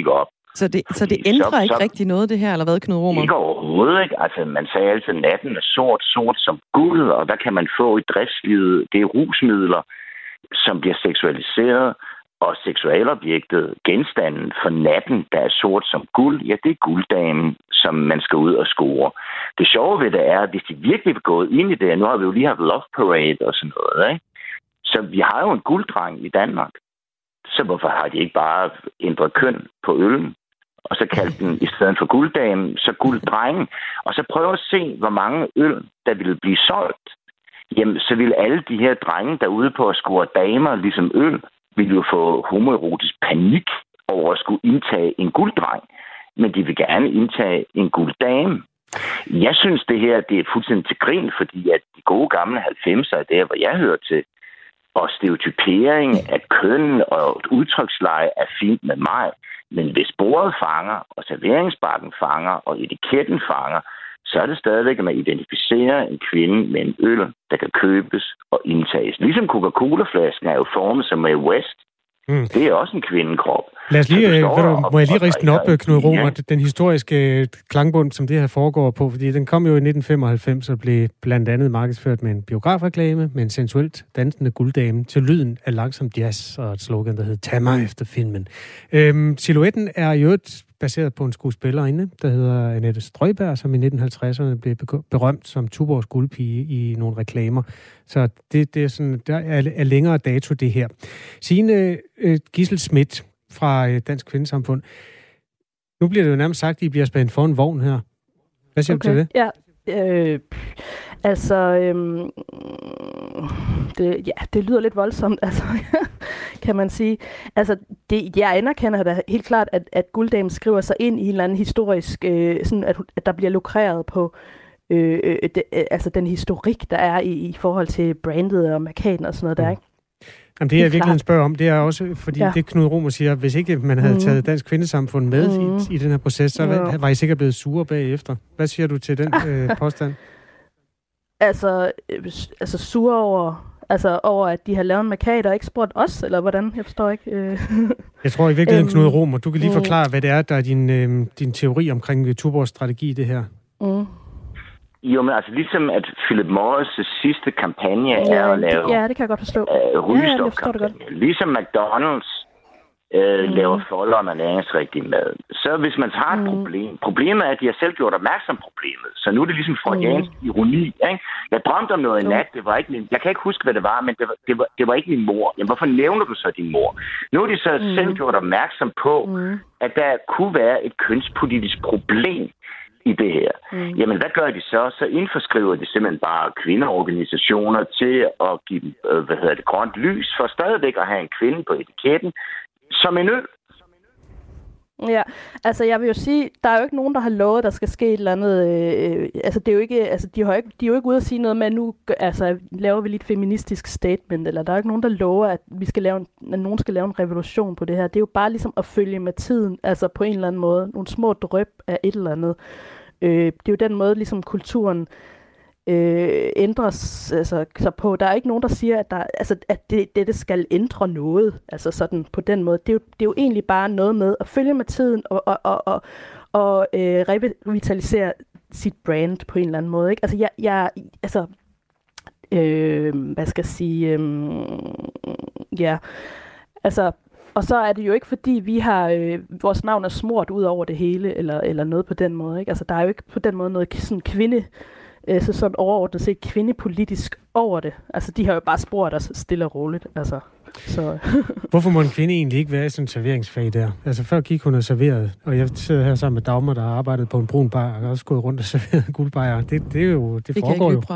Så det, så det ændrer så, ikke så, rigtig noget, det her, eller hvad, Knud Romer? Ikke overhovedet, ikke? Altså, man sagde altid, at natten er sort, sort som guld, og hvad kan man få i driftslivet? Det er rusmidler, som bliver seksualiseret, og seksualobjektet, genstanden for natten, der er sort som guld, ja, det er gulddamen, som man skal ud og score. Det sjove ved det er, at hvis de virkelig vil gå ind i det, nu har vi jo lige haft Love Parade og sådan noget, ikke? Så vi har jo en gulddreng i Danmark. Så hvorfor har de ikke bare ændret køn på øllen? Og så kaldt den i stedet for gulddamen, så gulddrengen. Og så prøve at se, hvor mange øl, der ville blive solgt. Jamen, så ville alle de her drenge derude på at score damer ligesom øl, ville jo få homoerotisk panik over at skulle indtage en gulddreng. Men de vil gerne indtage en gulddame. Jeg synes, det her det er fuldstændig til grin, fordi at de gode gamle halvfemser er der, hvor jeg hører til. Og stereotypering af køn og udtryksleje er fint med mig. Men hvis bordet fanger, og serveringsbakken fanger, og etiketten fanger, så er det stadigvæk, at man identificerer en kvinde med en øl, der kan købes og indtages. Ligesom Coca-Cola-flasken er jo formet som Mae West. Mm. Det er også en kvindekrop. Lad os lige, øh, du, må jeg lige riste den op, Knud Romer, den historiske klangbund, som det her foregår på, fordi den kom jo i nitten femoghalvfems og blev blandt andet markedsført med en biografreklame, med en sensuelt dansende gulddame til lyden af langsom jazz og et slogan, der hed Tag mig efter filmen. Øhm, silhuetten er jo baseret på en skuespillerinde, der hedder Annette Strøjberg, som i nitten halvtredserne blev berømt som Tuborgs guldpige i nogle reklamer. Så det, det er sådan, der er, er længere dato det her. Signe øh, Gidsel Schmidt fra øh, Dansk Kvindesamfund. Nu bliver det jo nærmest sagt, at I bliver spændt for en vogn her. Hvad siger okay. du til det? Ja, øh, altså, øh, det, ja, det lyder lidt voldsomt, altså, kan man sige. Altså, det, jeg anerkender da helt klart, at, at Gulddamen skriver sig ind i en eller anden historisk, øh, sådan at, at der bliver lukreret på øh, øh, det, øh, altså den historik, der er i, i forhold til brandet og markaden og sådan noget mm. der, ikke? Jamen, det, jeg virkelig spørger om, det er også, fordi ja. det Knud Romer siger, hvis ikke man havde mm. taget Dansk Kvindesamfund med mm. i, i den her proces, så ja. var I sikkert blevet sure bagefter. Hvad siger du til den øh, påstand? Altså, øh, altså sure over, altså over, at de har lavet en markade og ikke spurgt os, eller hvordan? Jeg forstår ikke. Øh. Jeg tror i virkeligheden, Knud Romer, du kan lige forklare, hvad det er, der er din, øh, din teori omkring Tuborgs strategi i det her. Mm. Jo, men altså ligesom at Philip Morris' sidste kampagne ja, er at lave ja, det kan jeg godt forstå. Øh, rygestopkampagne. Ja, ligesom McDonald's øh, mm. laver folderen og næringsrigtig mad. Så hvis man har et mm. problem, problemet er, at de har selv gjort opmærksom på problemet. Så nu er det ligesom freudiansk mm. ironi. Ikke? Jeg drømte om noget i nat, det var ikke min, jeg kan ikke huske, hvad det var, men det var, det var, det var ikke min mor. Jamen, hvorfor nævner du så din mor? Nu har de så mm. selv gjort opmærksom på, mm. at der kunne være et kønspolitisk problem i det her. Mm. Jamen, hvad gør de så? Så indforskriver de simpelthen bare kvindeorganisationer til at give, øh, hvad hedder det, grønt lys, for stadigvæk at have en kvinde på etiketten, som en øl. Ja, altså jeg vil jo sige, der er jo ikke nogen, der har lovet, der skal ske et eller andet, øh, altså det er jo ikke, altså de, har ikke, de er jo ikke ude at sige noget med, at nu altså, laver vi lidt feministisk statement, eller der er ikke nogen, der lover, at vi skal lave en, at nogen skal lave en revolution på det her. Det er jo bare ligesom at følge med tiden, altså på en eller anden måde, nogle små dryp af et eller andet. Øh, det er jo den måde, ligesom kulturen øh, ændres altså, så på. Der er ikke nogen, der siger, at, der, altså, at det, det skal ændre noget, altså sådan på den måde. Det er jo, det er jo egentlig bare noget med at følge med tiden og, og, og, og, og øh, revitalisere sit brand på en eller anden måde. Ikke? Altså, jeg, jeg, altså, øh, hvad skal jeg sige, øh, ja, altså, og så er det jo ikke fordi, vi har, øh, vores navn er smurt ud over det hele, eller, eller noget på den måde. Ikke? Altså, der er jo ikke på den måde noget sådan kvinde, øh, så sådan overordnet set kvindepolitisk over det. Altså, de har jo bare spurgt os stille og roligt. Altså, så. Hvorfor må en kvinde egentlig ikke være i sådan en serveringsfag der? Altså, før gik hun og serverede, og jeg sidder her sammen med Dagmar, der har arbejdet på en brun bar, og også gået rundt og serveret guldbajer. Det, det er jo, det, det foregår jo.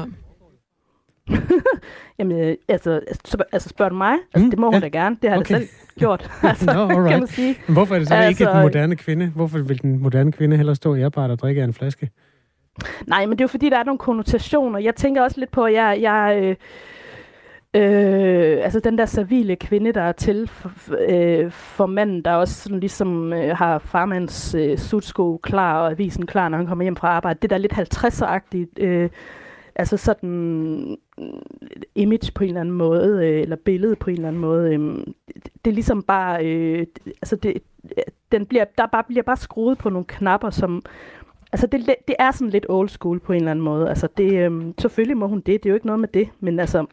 Jamen, altså, altså spørger du mig? Altså, mm, det må hun ja. da gerne. Det har okay. jeg selv gjort. Altså, no, right. kan man sige. Men hvorfor er det så altså, ikke den moderne kvinde? Hvorfor vil den moderne kvinde hellere stå i ærbart og drikke af en flaske? Nej, men det er jo fordi, der er nogle konnotationer. Jeg tænker også lidt på, at jeg... jeg øh, øh, altså den der servile kvinde, der er til for, øh, for manden, der også sådan ligesom øh, har farmands øh, sutsko klar og avisen klar, når han kommer hjem fra arbejde. Det der lidt halvtredser-agtigt... Øh, altså sådan image på en eller anden måde, øh, eller billede på en eller anden måde. Øh, det, det er ligesom bare, øh, altså det, den bliver, der bare, bliver bare skruet på nogle knapper, som... Altså, det, det er sådan lidt old school på en eller anden måde. Altså, det, øhm, selvfølgelig må hun det. Det er jo ikke noget med det. Men altså,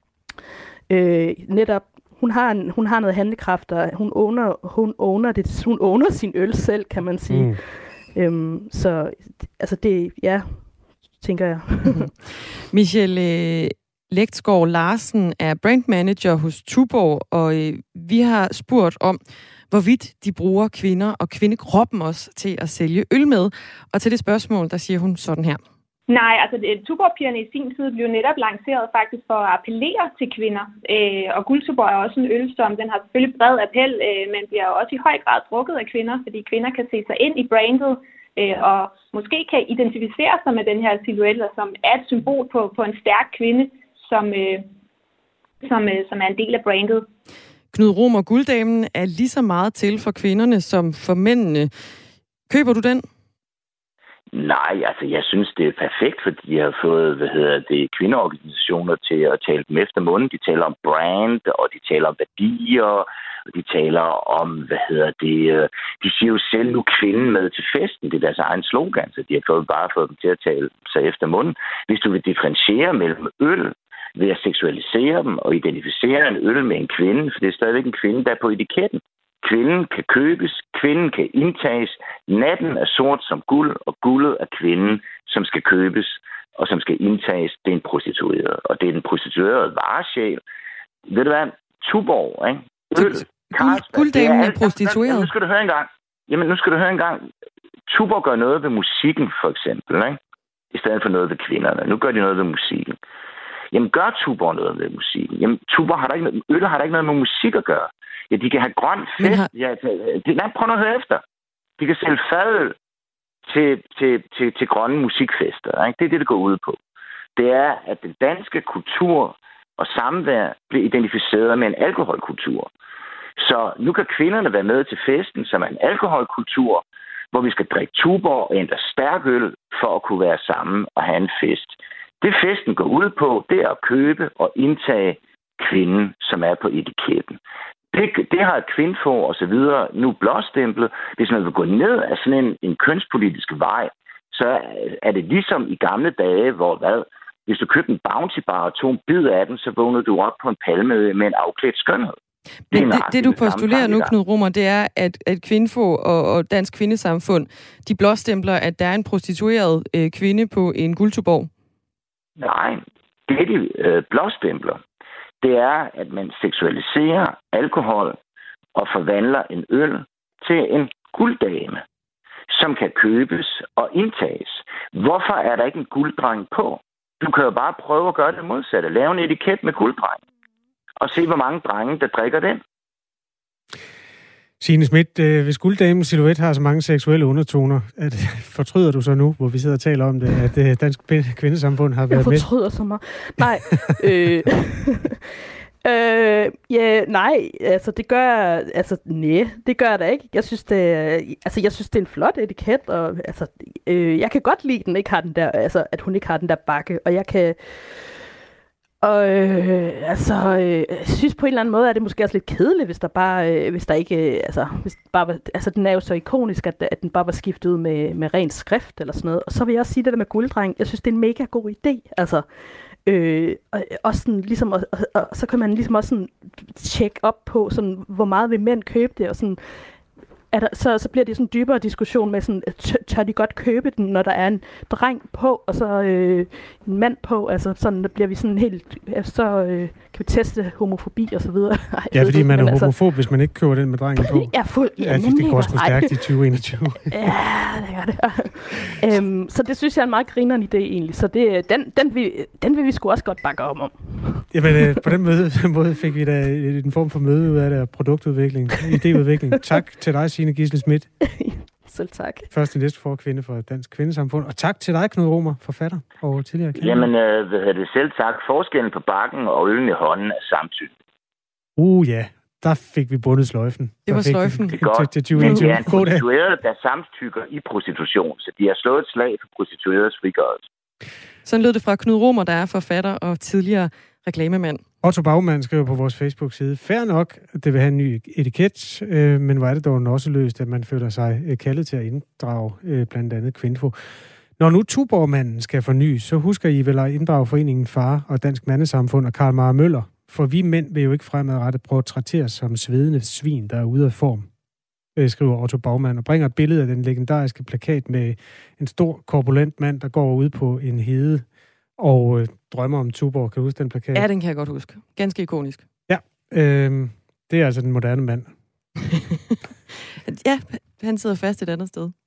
øh, netop, hun har, en, hun har noget handlekraft, og hun owner, hun owner, det, hun owner sin øl selv, kan man sige. Mm. Øhm, så, altså, det, ja, tænker jeg. Michelle Legtgaard Larsen er brandmanager hos Tuborg, og øh, vi har spurgt om, hvorvidt de bruger kvinder og kvindekroppen også til at sælge øl med. Og til det spørgsmål, der siger hun sådan her. Nej, altså Tuborg-pigerne i sin tid blev netop lanceret faktisk for at appellere til kvinder. Øh, og Guldtuborg er også en øl, som den har selvfølgelig bred appel, øh, men bliver også i høj grad drukket af kvinder, fordi kvinder kan se sig ind i brandet, øh, og måske kan identificere sig med den her silhuet, som er et symbol på, på en stærk kvinde, som, øh, som, øh, som er en del af brandet. Knud Romer, Gulddamen er lige så meget til for kvinderne som for mændene. Køber du den? Nej, altså jeg synes, det er perfekt, fordi de har fået, hvad hedder det, kvindeorganisationer til at tale dem efter munden. De taler om brand, og de taler om værdier, og de taler om, hvad hedder det, de siger jo selv nu kvinden med til festen. Det er deres egen slogan, så de har fået, bare fået dem til at tale sig efter munden. Hvis du vil differentiere mellem øl, ved at seksualisere dem og identificere en øl med en kvinde, for det er stadigvæk en kvinde, der er på etiketten. Kvinden kan købes, kvinden kan indtages, natten er sort som guld, og guldet er kvinden, som skal købes og som skal indtages. Det er en prostitueret, og det er den prostituerede varesjæl. Ved du hvad? Tuborg, ikke? Øl, Carlsberg, Gulddamen er prostitueret. Nu skal du høre en gang. Jamen, nu skal du høre en gang. Tuborg gør noget ved musikken, for eksempel, ikke? I stedet for noget ved kvinderne. Nu gør de noget ved musikken. Jamen, gør Tuborg noget med musikken? Jamen, Tuborg har der ikke, øl har der ikke noget med musik at gøre. Ja, de kan have grøn fest. Har... Ja, det, nej, prøv at høre efter. De kan sælge fadøl til, til, til, til grønne musikfester. Ikke? Det er det, det går ud på. Det er, at den danske kultur og samvær bliver identificeret med en alkoholkultur. Så nu kan kvinderne være med til festen, som er en alkoholkultur, hvor vi skal drikke Tuborg og endda stærk øl for at kunne være sammen og have en fest. Det festen går ud på, det er at købe og indtage kvinden, som er på etiketten. Det, det har Kvinfo og så videre nu blåstemplet. Hvis man vil gå ned af sådan en, en kønspolitisk vej, så er det ligesom i gamle dage, hvor hvad? Hvis du købte en Bounty Bar og tog en bid af den, så vågnede du op på en palme med en afklædt skønhed. Men det, det, det du postulerer nu, Knud Romer, det er, at, at Kvinfo og, og Dansk Kvindesamfund, de blåstempler, at der er en prostitueret øh, kvinde på en Guldtuborg. Nej, det de øh, blåstempler, det er, at man seksualiserer alkohol og forvandler en øl til en gulddame, som kan købes og indtages. Hvorfor er der ikke en gulddreng på? Du kan jo bare prøve at gøre det modsatte. Lave en etiket med gulddreng. Og se, hvor mange drenge, der drikker den. Signe Schmidt, øh, hvis gulddamens silhuet har så mange seksuelle undertoner, at, fortryder du så nu, hvor vi sidder og taler om det, at øh, Dansk Kvindesamfund har været med? Jeg fortryder så meget. Nej. øh, øh, ja, nej, altså det gør altså nej, det gør jeg da ikke. Jeg synes det, altså jeg synes det er en flot etiket, og altså øh, jeg kan godt lide den ikke har den der, altså at hun ikke har den der bakke, og jeg kan. Og øh, altså, øh, jeg synes på en eller anden måde, er det måske også lidt kedeligt, hvis der bare, øh, hvis der ikke, øh, altså, hvis bare var, altså den er jo så ikonisk, at, at den bare var skiftet ud med, med ren skrift eller sådan noget. Og så vil jeg også sige det der med gulddreng, jeg synes det er en mega god idé, altså, øh, og, også sådan, ligesom, og, og, og så kan man ligesom også sådan tjekke op på, sådan, hvor meget vil mænd købe det, og sådan, er der, så, så bliver det sådan en dybere diskussion med sådan, tør, tør de godt købe den, når der er en dreng på, og så øh, en mand på, altså sådan, der bliver vi sådan helt, så øh, kan vi teste homofobi og så videre. Ej, ja, fordi man er altså, homofob, hvis man ikke køber den med drengen på. Ja, fuld, ja, ja det, det går også for stærkt i tyve enogtyve. Ja, det gør det. øhm, så det synes jeg er en meget grineren idé egentlig, så det, den, den, vil, den vil vi sgu også godt bakke om om. Jamen, øh, på den måde, måde fik vi da en form for møde ud af det, produktudvikling, idéudvikling. Tak til dig, Signe Gisle Schmidt. Selv tak. Første næste for kvinde for Dansk Kvindesamfund. Og tak til dig, Knud Romer, forfatter og tidligere kvinde. Jamen, øh, hvad det selv tak. Forskellen på bakken og øllen i hånden er samtykke. Uh, ja. Der fik vi bundet sløjfen. Det var sløjfen. Det er godt. Til, til men det er en prostitueret, der samtykker i prostitution. Så de har slået et slag for prostitueredes frigørelse. Sådan lød det fra Knud Romer, der er forfatter og tidligere reklamemand. Otto Bagmann skriver på vores Facebook-side, fair nok, at det vil have en ny etiket, øh, men hvor er det dog også løst, at man føler sig øh, kaldet til at inddrage øh, blandt andet Kvinfo. Når nu Tuborgmanden skal fornyes, så husker I vel at inddrage foreningen Far og Dansk Mandesamfund og Karl Meier Møller, for vi mænd vil jo ikke fremadrettet portrætteres som svedende svin, der er ude af form, øh, skriver Otto Bagmann, og bringer et billede af den legendariske plakat med en stor, korpulent mand, der går ude på en hede og øh, drømmer om Tuborg. Kan du huske den plakat? Ja, den kan jeg godt huske. Ganske ikonisk. Ja, øh, det er altså den moderne mand. Ja, han sidder fast et andet sted.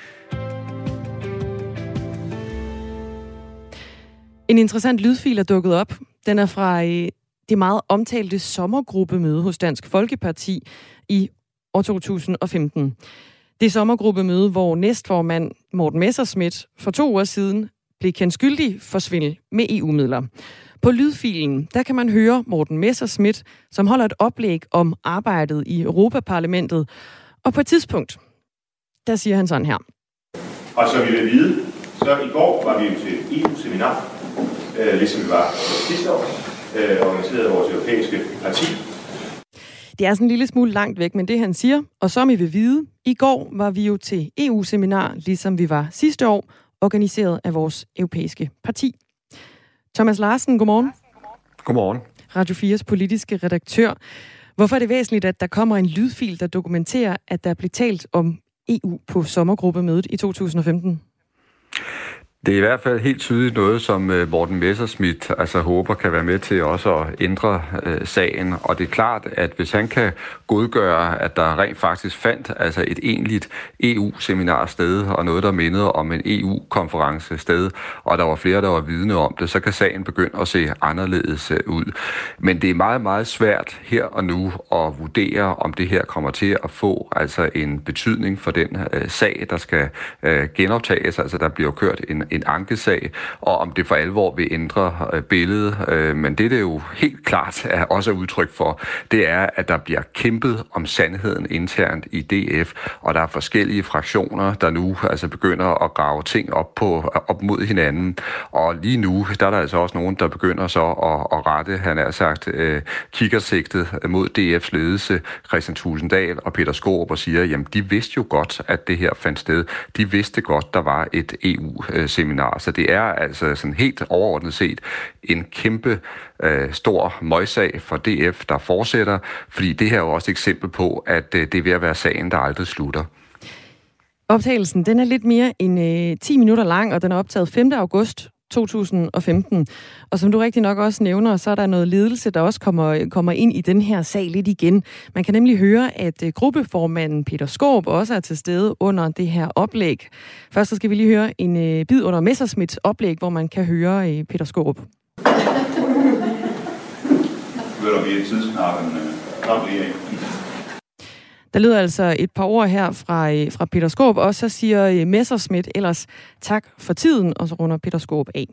En interessant lydfil er dukket op. Den er fra øh, det meget omtalte sommergruppemøde hos Dansk Folkeparti i år to tusind og femten. Det sommergruppemøde, hvor næstformand Morten Messerschmidt for to uger siden blev kendt skyldig for svindel med E U-midler. På lydfilen, der kan man høre Morten Messerschmidt, som holder et oplæg om arbejdet i Europaparlamentet. Og på et tidspunkt, der siger han sådan her. Og som I vil vide, så i går var vi jo til E U-seminar, øh, ligesom vi var sidste år, øh, organiseret af vores europæiske parti. Det er sådan en lille smule langt væk, men det han siger, og som I vil vide, i går var vi jo til E U-seminar, ligesom vi var sidste år, organiseret af vores europæiske parti. Thomas Larsen, godmorgen. Godmorgen. Radio fires politiske redaktør. Hvorfor er det væsentligt, at der kommer en lydfil, der dokumenterer, at der blev talt om E U på sommergruppemødet i to tusind og femten? Det er i hvert fald helt tydeligt noget, som Morten Messerschmidt altså håber kan være med til også at ændre øh, sagen. Og det er klart, at hvis han kan godgøre, at der rent faktisk fandt altså et egentligt E U-seminar sted, og noget, der mindede om en E U-konference sted, og der var flere, der var vidne om det, så kan sagen begynde at se anderledes ud. Men det er meget, meget svært her og nu at vurdere, om det her kommer til at få altså en betydning for den øh, sag, der skal øh, genoptages. Altså der bliver kørt en en ankesag, og om det for alvor vil ændre øh, billedet. Øh, men det, det jo helt klart er også udtryk for, det er, at der bliver kæmpet om sandheden internt i D F, og der er forskellige fraktioner, der nu altså begynder at grave ting op, på, op mod hinanden. Og lige nu, der er der altså også nogen, der begynder så at, at rette, han har sagt, øh, kikkersigtet mod D F's ledelse, Kristian Thulesen Dahl og Peter Skaarup, og siger, jamen de vidste jo godt, at det her fandt sted. De vidste godt, der var et E U-seminar. Så det er altså sådan helt overordnet set en kæmpe øh, stor møgssag for D F, der fortsætter, fordi det her er jo også et eksempel på, at øh, det er ved at være sagen, der aldrig slutter. Optagelsen, den er lidt mere end øh, ti minutter lang, og den er optaget femte august to tusind og femten. Og som du rigtig nok også nævner, så er der noget ledelse, der også kommer, kommer ind i den her sag lidt igen. Man kan nemlig høre, at øh, gruppeformanden Peter Skaarup også er til stede under det her oplæg. Først så skal vi lige høre en øh, bid under Messerschmidts oplæg, hvor man kan høre øh, Peter Skaarup. Vil der blive et tidsknap, en knap lige af? Der lyder altså et par ord her fra, fra Peter Skaarup, og så siger Messerschmidt ellers tak for tiden, og så runder Peter Skaarup af.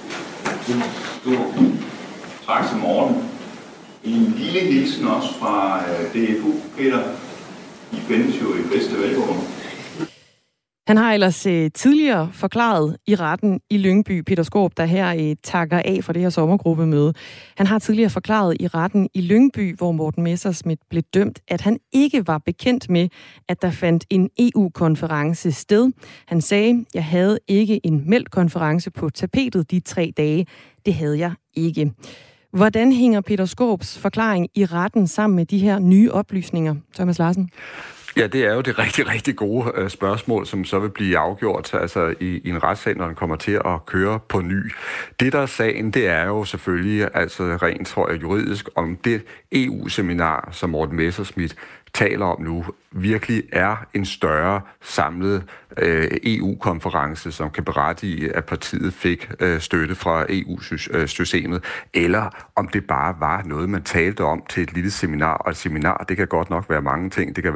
Tak til Morten. En lille hilsen også fra D F U. Peter, I findes jo i bedste velgående. Han har ellers øh, tidligere forklaret i retten i Lyngby, Peter Skaarup, der her øh, takker af for det her sommergruppemøde. Han har tidligere forklaret i retten i Lyngby, hvor Morten Messerschmidt blev dømt, at han ikke var bekendt med, at der fandt en E U-konference sted. Han sagde, jeg havde ikke en meldt konference på tapetet de tre dage. Det havde jeg ikke. Hvordan hænger Peter Skaarups forklaring i retten sammen med de her nye oplysninger, Thomas Larsen? Ja, det er jo det rigtig, rigtig gode øh, spørgsmål, som så vil blive afgjort altså i, i en retssag, når den kommer til at køre på ny. Det, der er sagen, det er jo selvfølgelig altså rent, tror jeg, juridisk, om det E U-seminar, som Morten Messerschmidt taler om nu, virkelig er en større samlet øh, E U-konference, som kan berettige, at partiet fik øh, støtte fra E U-systemet, eller om det bare var noget, man talte om til et lille seminar. Og et seminar, det kan godt nok være mange ting. Det kan være meget, meget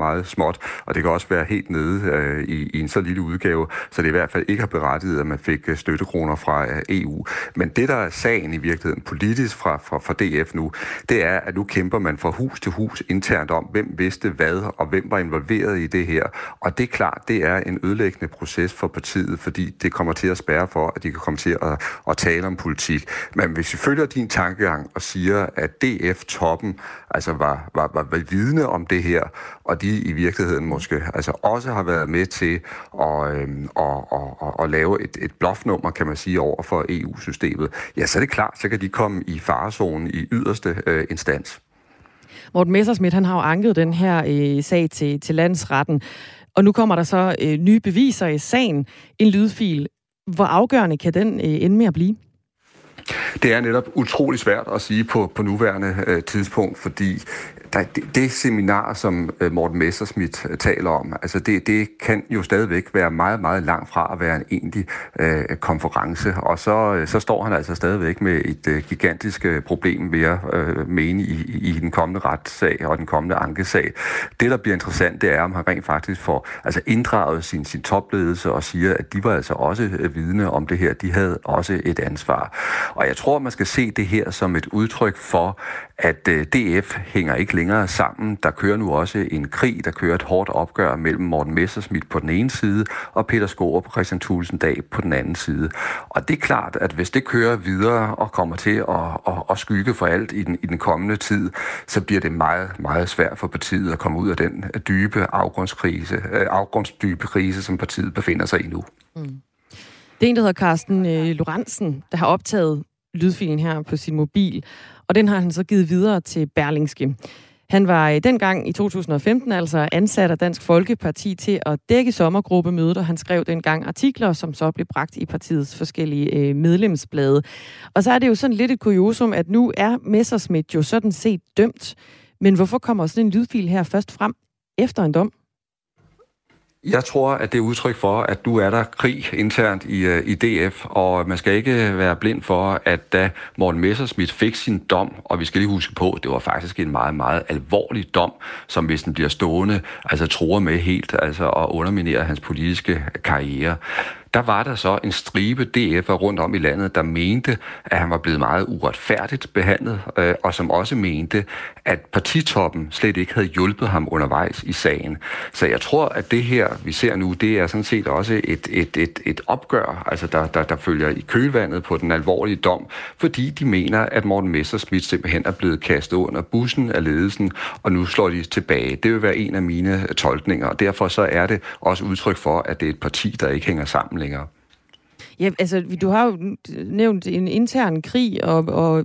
meget småt, og det kan også være helt nede øh, i, i en så lille udgave, så det i hvert fald ikke har berettiget, at man fik støttekroner fra øh, E U. Men det, der er sagen i virkeligheden politisk fra, fra, fra D F nu, det er, at nu kæmper man fra hus til hus internt om, hvem vidste hvad, og hvem var involveret i det her. Og det er klart, det er en ødelæggende proces for partiet, fordi det kommer til at spærre for, at de kan komme til at, at tale om politik. Men hvis vi følger din tankegang og siger, at D F-toppen altså var, var, var, var vidne om det her, og de i virkeligheden måske altså også har været med til at, øhm, at, at, at, at lave et, et bluffnummer, kan man sige, over for E U-systemet, ja, så er det klart, så kan de komme i farezonen i yderste øh, instans. Morten Messerschmidt, han har jo anket den her øh, sag til, til landsretten, og nu kommer der så øh, nye beviser i sagen, en lydfil. Hvor afgørende kan den øh, ende med at blive? Det er netop utrolig svært at sige på, på nuværende øh, tidspunkt, fordi der, det, det seminar, som øh, Morten Messerschmidt øh, taler om, altså det, det kan jo stadigvæk være meget, meget langt fra at være en egentlig øh, konference, og så, øh, så står han altså stadigvæk med et øh, gigantisk øh, problem ved at øh, mene i, i, i den kommende retssag og den kommende ankesag. Det, der bliver interessant, det er, om han rent faktisk får altså inddraget sin, sin topledelse og siger, at de var altså også øh, vidne om det her. De havde også et ansvar. Og jeg tror, man skal se det her som et udtryk for, at øh, D F hænger ikke længere sammen. Der kører nu også en krig, der kører et hårdt opgør mellem Morten Messerschmidt på den ene side, og Peter Skaarup og Kristian Thulesen Dahl på den anden side. Og det er klart, at hvis det kører videre og kommer til at, at, at skygge for alt i den, i den kommende tid, så bliver det meget, meget svært for partiet at komme ud af den dybe afgrundskrise, afgrundsdybe krise, som partiet befinder sig i nu. Mm. Det er en, der hedder Carsten øh, Lorentzen, der har optaget lydfilen her på sin mobil, og den har han så givet videre til Berlingske. Han var øh, dengang i to tusind og femten altså ansat af Dansk Folkeparti til at dække sommergruppemødet, og han skrev dengang artikler, som så blev bragt i partiets forskellige øh, medlemsblade. Og så er det jo sådan lidt et kuriosum, at nu er Messerschmidt jo sådan set dømt, men hvorfor kommer sådan en lydfil her først frem efter en dom? Jeg tror, at det er udtryk for, at nu er der krig internt i, i D F, og man skal ikke være blind for, at da Morten Messerschmidt fik sin dom, og vi skal lige huske på, at det var faktisk en meget, meget alvorlig dom, som hvis den bliver stående, altså truer med helt altså at underminere hans politiske karriere. Der var der så en stribe D F'er rundt om i landet, der mente, at han var blevet meget uretfærdigt behandlet, øh, og som også mente, at partitoppen slet ikke havde hjulpet ham undervejs i sagen. Så jeg tror, at det her, vi ser nu, det er sådan set også et, et, et, et opgør, altså der, der, der følger i kølvandet på den alvorlige dom, fordi de mener, at Morten Messerschmidt simpelthen er blevet kastet under bussen af ledelsen, og nu slår de tilbage. Det vil være en af mine tolkninger, og derfor så er det også udtryk for, at det er et parti, der ikke hænger sammen længere. Ja, altså, du har jo nævnt en intern krig og, og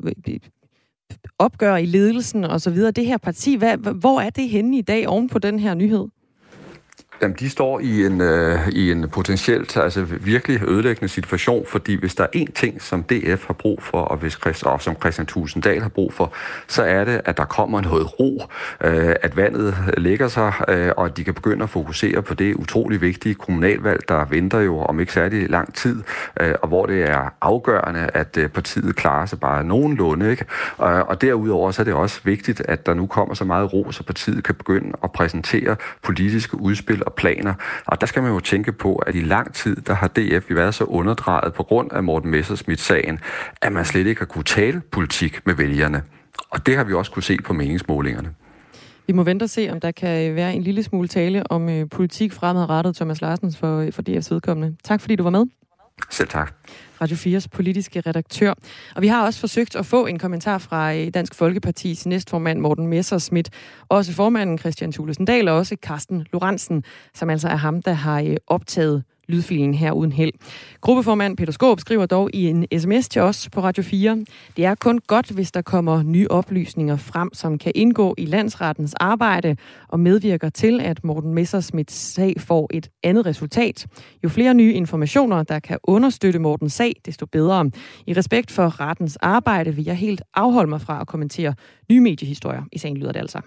opgør i ledelsen og så videre. Det her parti, hvad, hvor er det henne i dag oven på den her nyhed? Jamen, de står i en, øh, i en potentielt, altså virkelig ødelæggende situation, fordi hvis der er én ting, som D F har brug for, og, hvis Christ, og som Kristian Thulesen Dahl har brug for, så er det, at der kommer noget ro, øh, at vandet lægger sig, øh, og at de kan begynde at fokusere på det utrolig vigtige kommunalvalg, der venter jo om ikke særlig lang tid, øh, og hvor det er afgørende, at øh, partiet klarer sig bare nogenlunde, ikke? Og, og derudover så er det også vigtigt, at der nu kommer så meget ro, så partiet kan begynde at præsentere politiske udspil og planer. Og der skal man jo tænke på, at i lang tid, der har D F været så underdrejet på grund af Morten Messerschmidt-sagen, at man slet ikke har kunne tale politik med vælgerne. Og det har vi også kunne se på meningsmålingerne. Vi må vente og se, om der kan være en lille smule tale om øh, politik fremadrettet, Thomas Larsens, for, for D F's vedkommende. Tak fordi du var med. Selv tak. Radio fires politiske redaktør. Og vi har også forsøgt at få en kommentar fra Dansk Folkepartis næstformand Morten Messerschmidt, også formanden Kristian Thulesen Dahl og også Carsten Lorentzen, som altså er ham, der har optaget lydfilen her uden held. Gruppeformand Peter Skaarup skriver dog i en sms til os på Radio fire: det er kun godt, hvis der kommer nye oplysninger frem, som kan indgå i landsrettens arbejde og medvirker til, at Morten Messerschmidts sag får et andet resultat. Jo flere nye informationer, der kan understøtte Mortens sag, desto bedre. I respekt for rettens arbejde vil jeg helt afholde mig fra at kommentere nye mediehistorier. I sagen lyder det altså.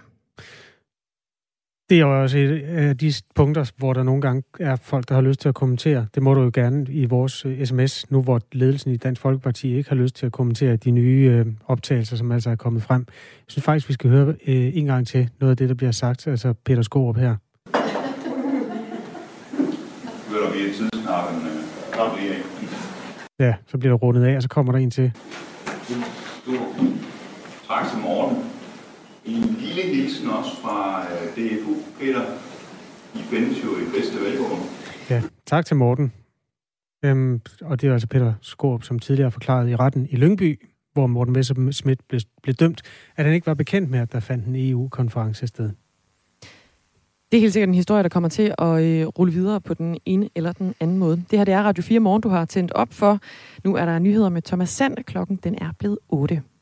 Det er jo også et af de punkter, hvor der nogle gange er folk, der har lyst til at kommentere. Det må du jo gerne i vores sms, nu hvor ledelsen i Dansk Folkeparti ikke har lyst til at kommentere de nye øh, optagelser, som altså er kommet frem. Jeg synes faktisk, vi skal høre øh, en gang til noget af det, der bliver sagt. Altså Peter Skaarup her. har den øh, ramt lige af. Ja, så bliver der rundet af, og så kommer der en til. Stor. Tak til Morten. En lille hilsen også fra øh, D F U. Peter, I findes jo i bedste velgående. Ja, tak til Morten. Øhm, og det er altså Peter Skaarup, som tidligere forklaret i retten i Lyngby, hvor Morten Messerschmidt blev, blev dømt, at han ikke var bekendt med, at der fandt en E U-konference sted. Det er helt sikkert en historie, der kommer til at øh, rulle videre på den ene eller den anden måde. Det her det er Radio fire Morgen, du har tændt op for. Nu er der nyheder med Thomas Sand. Klokken den er blevet otte.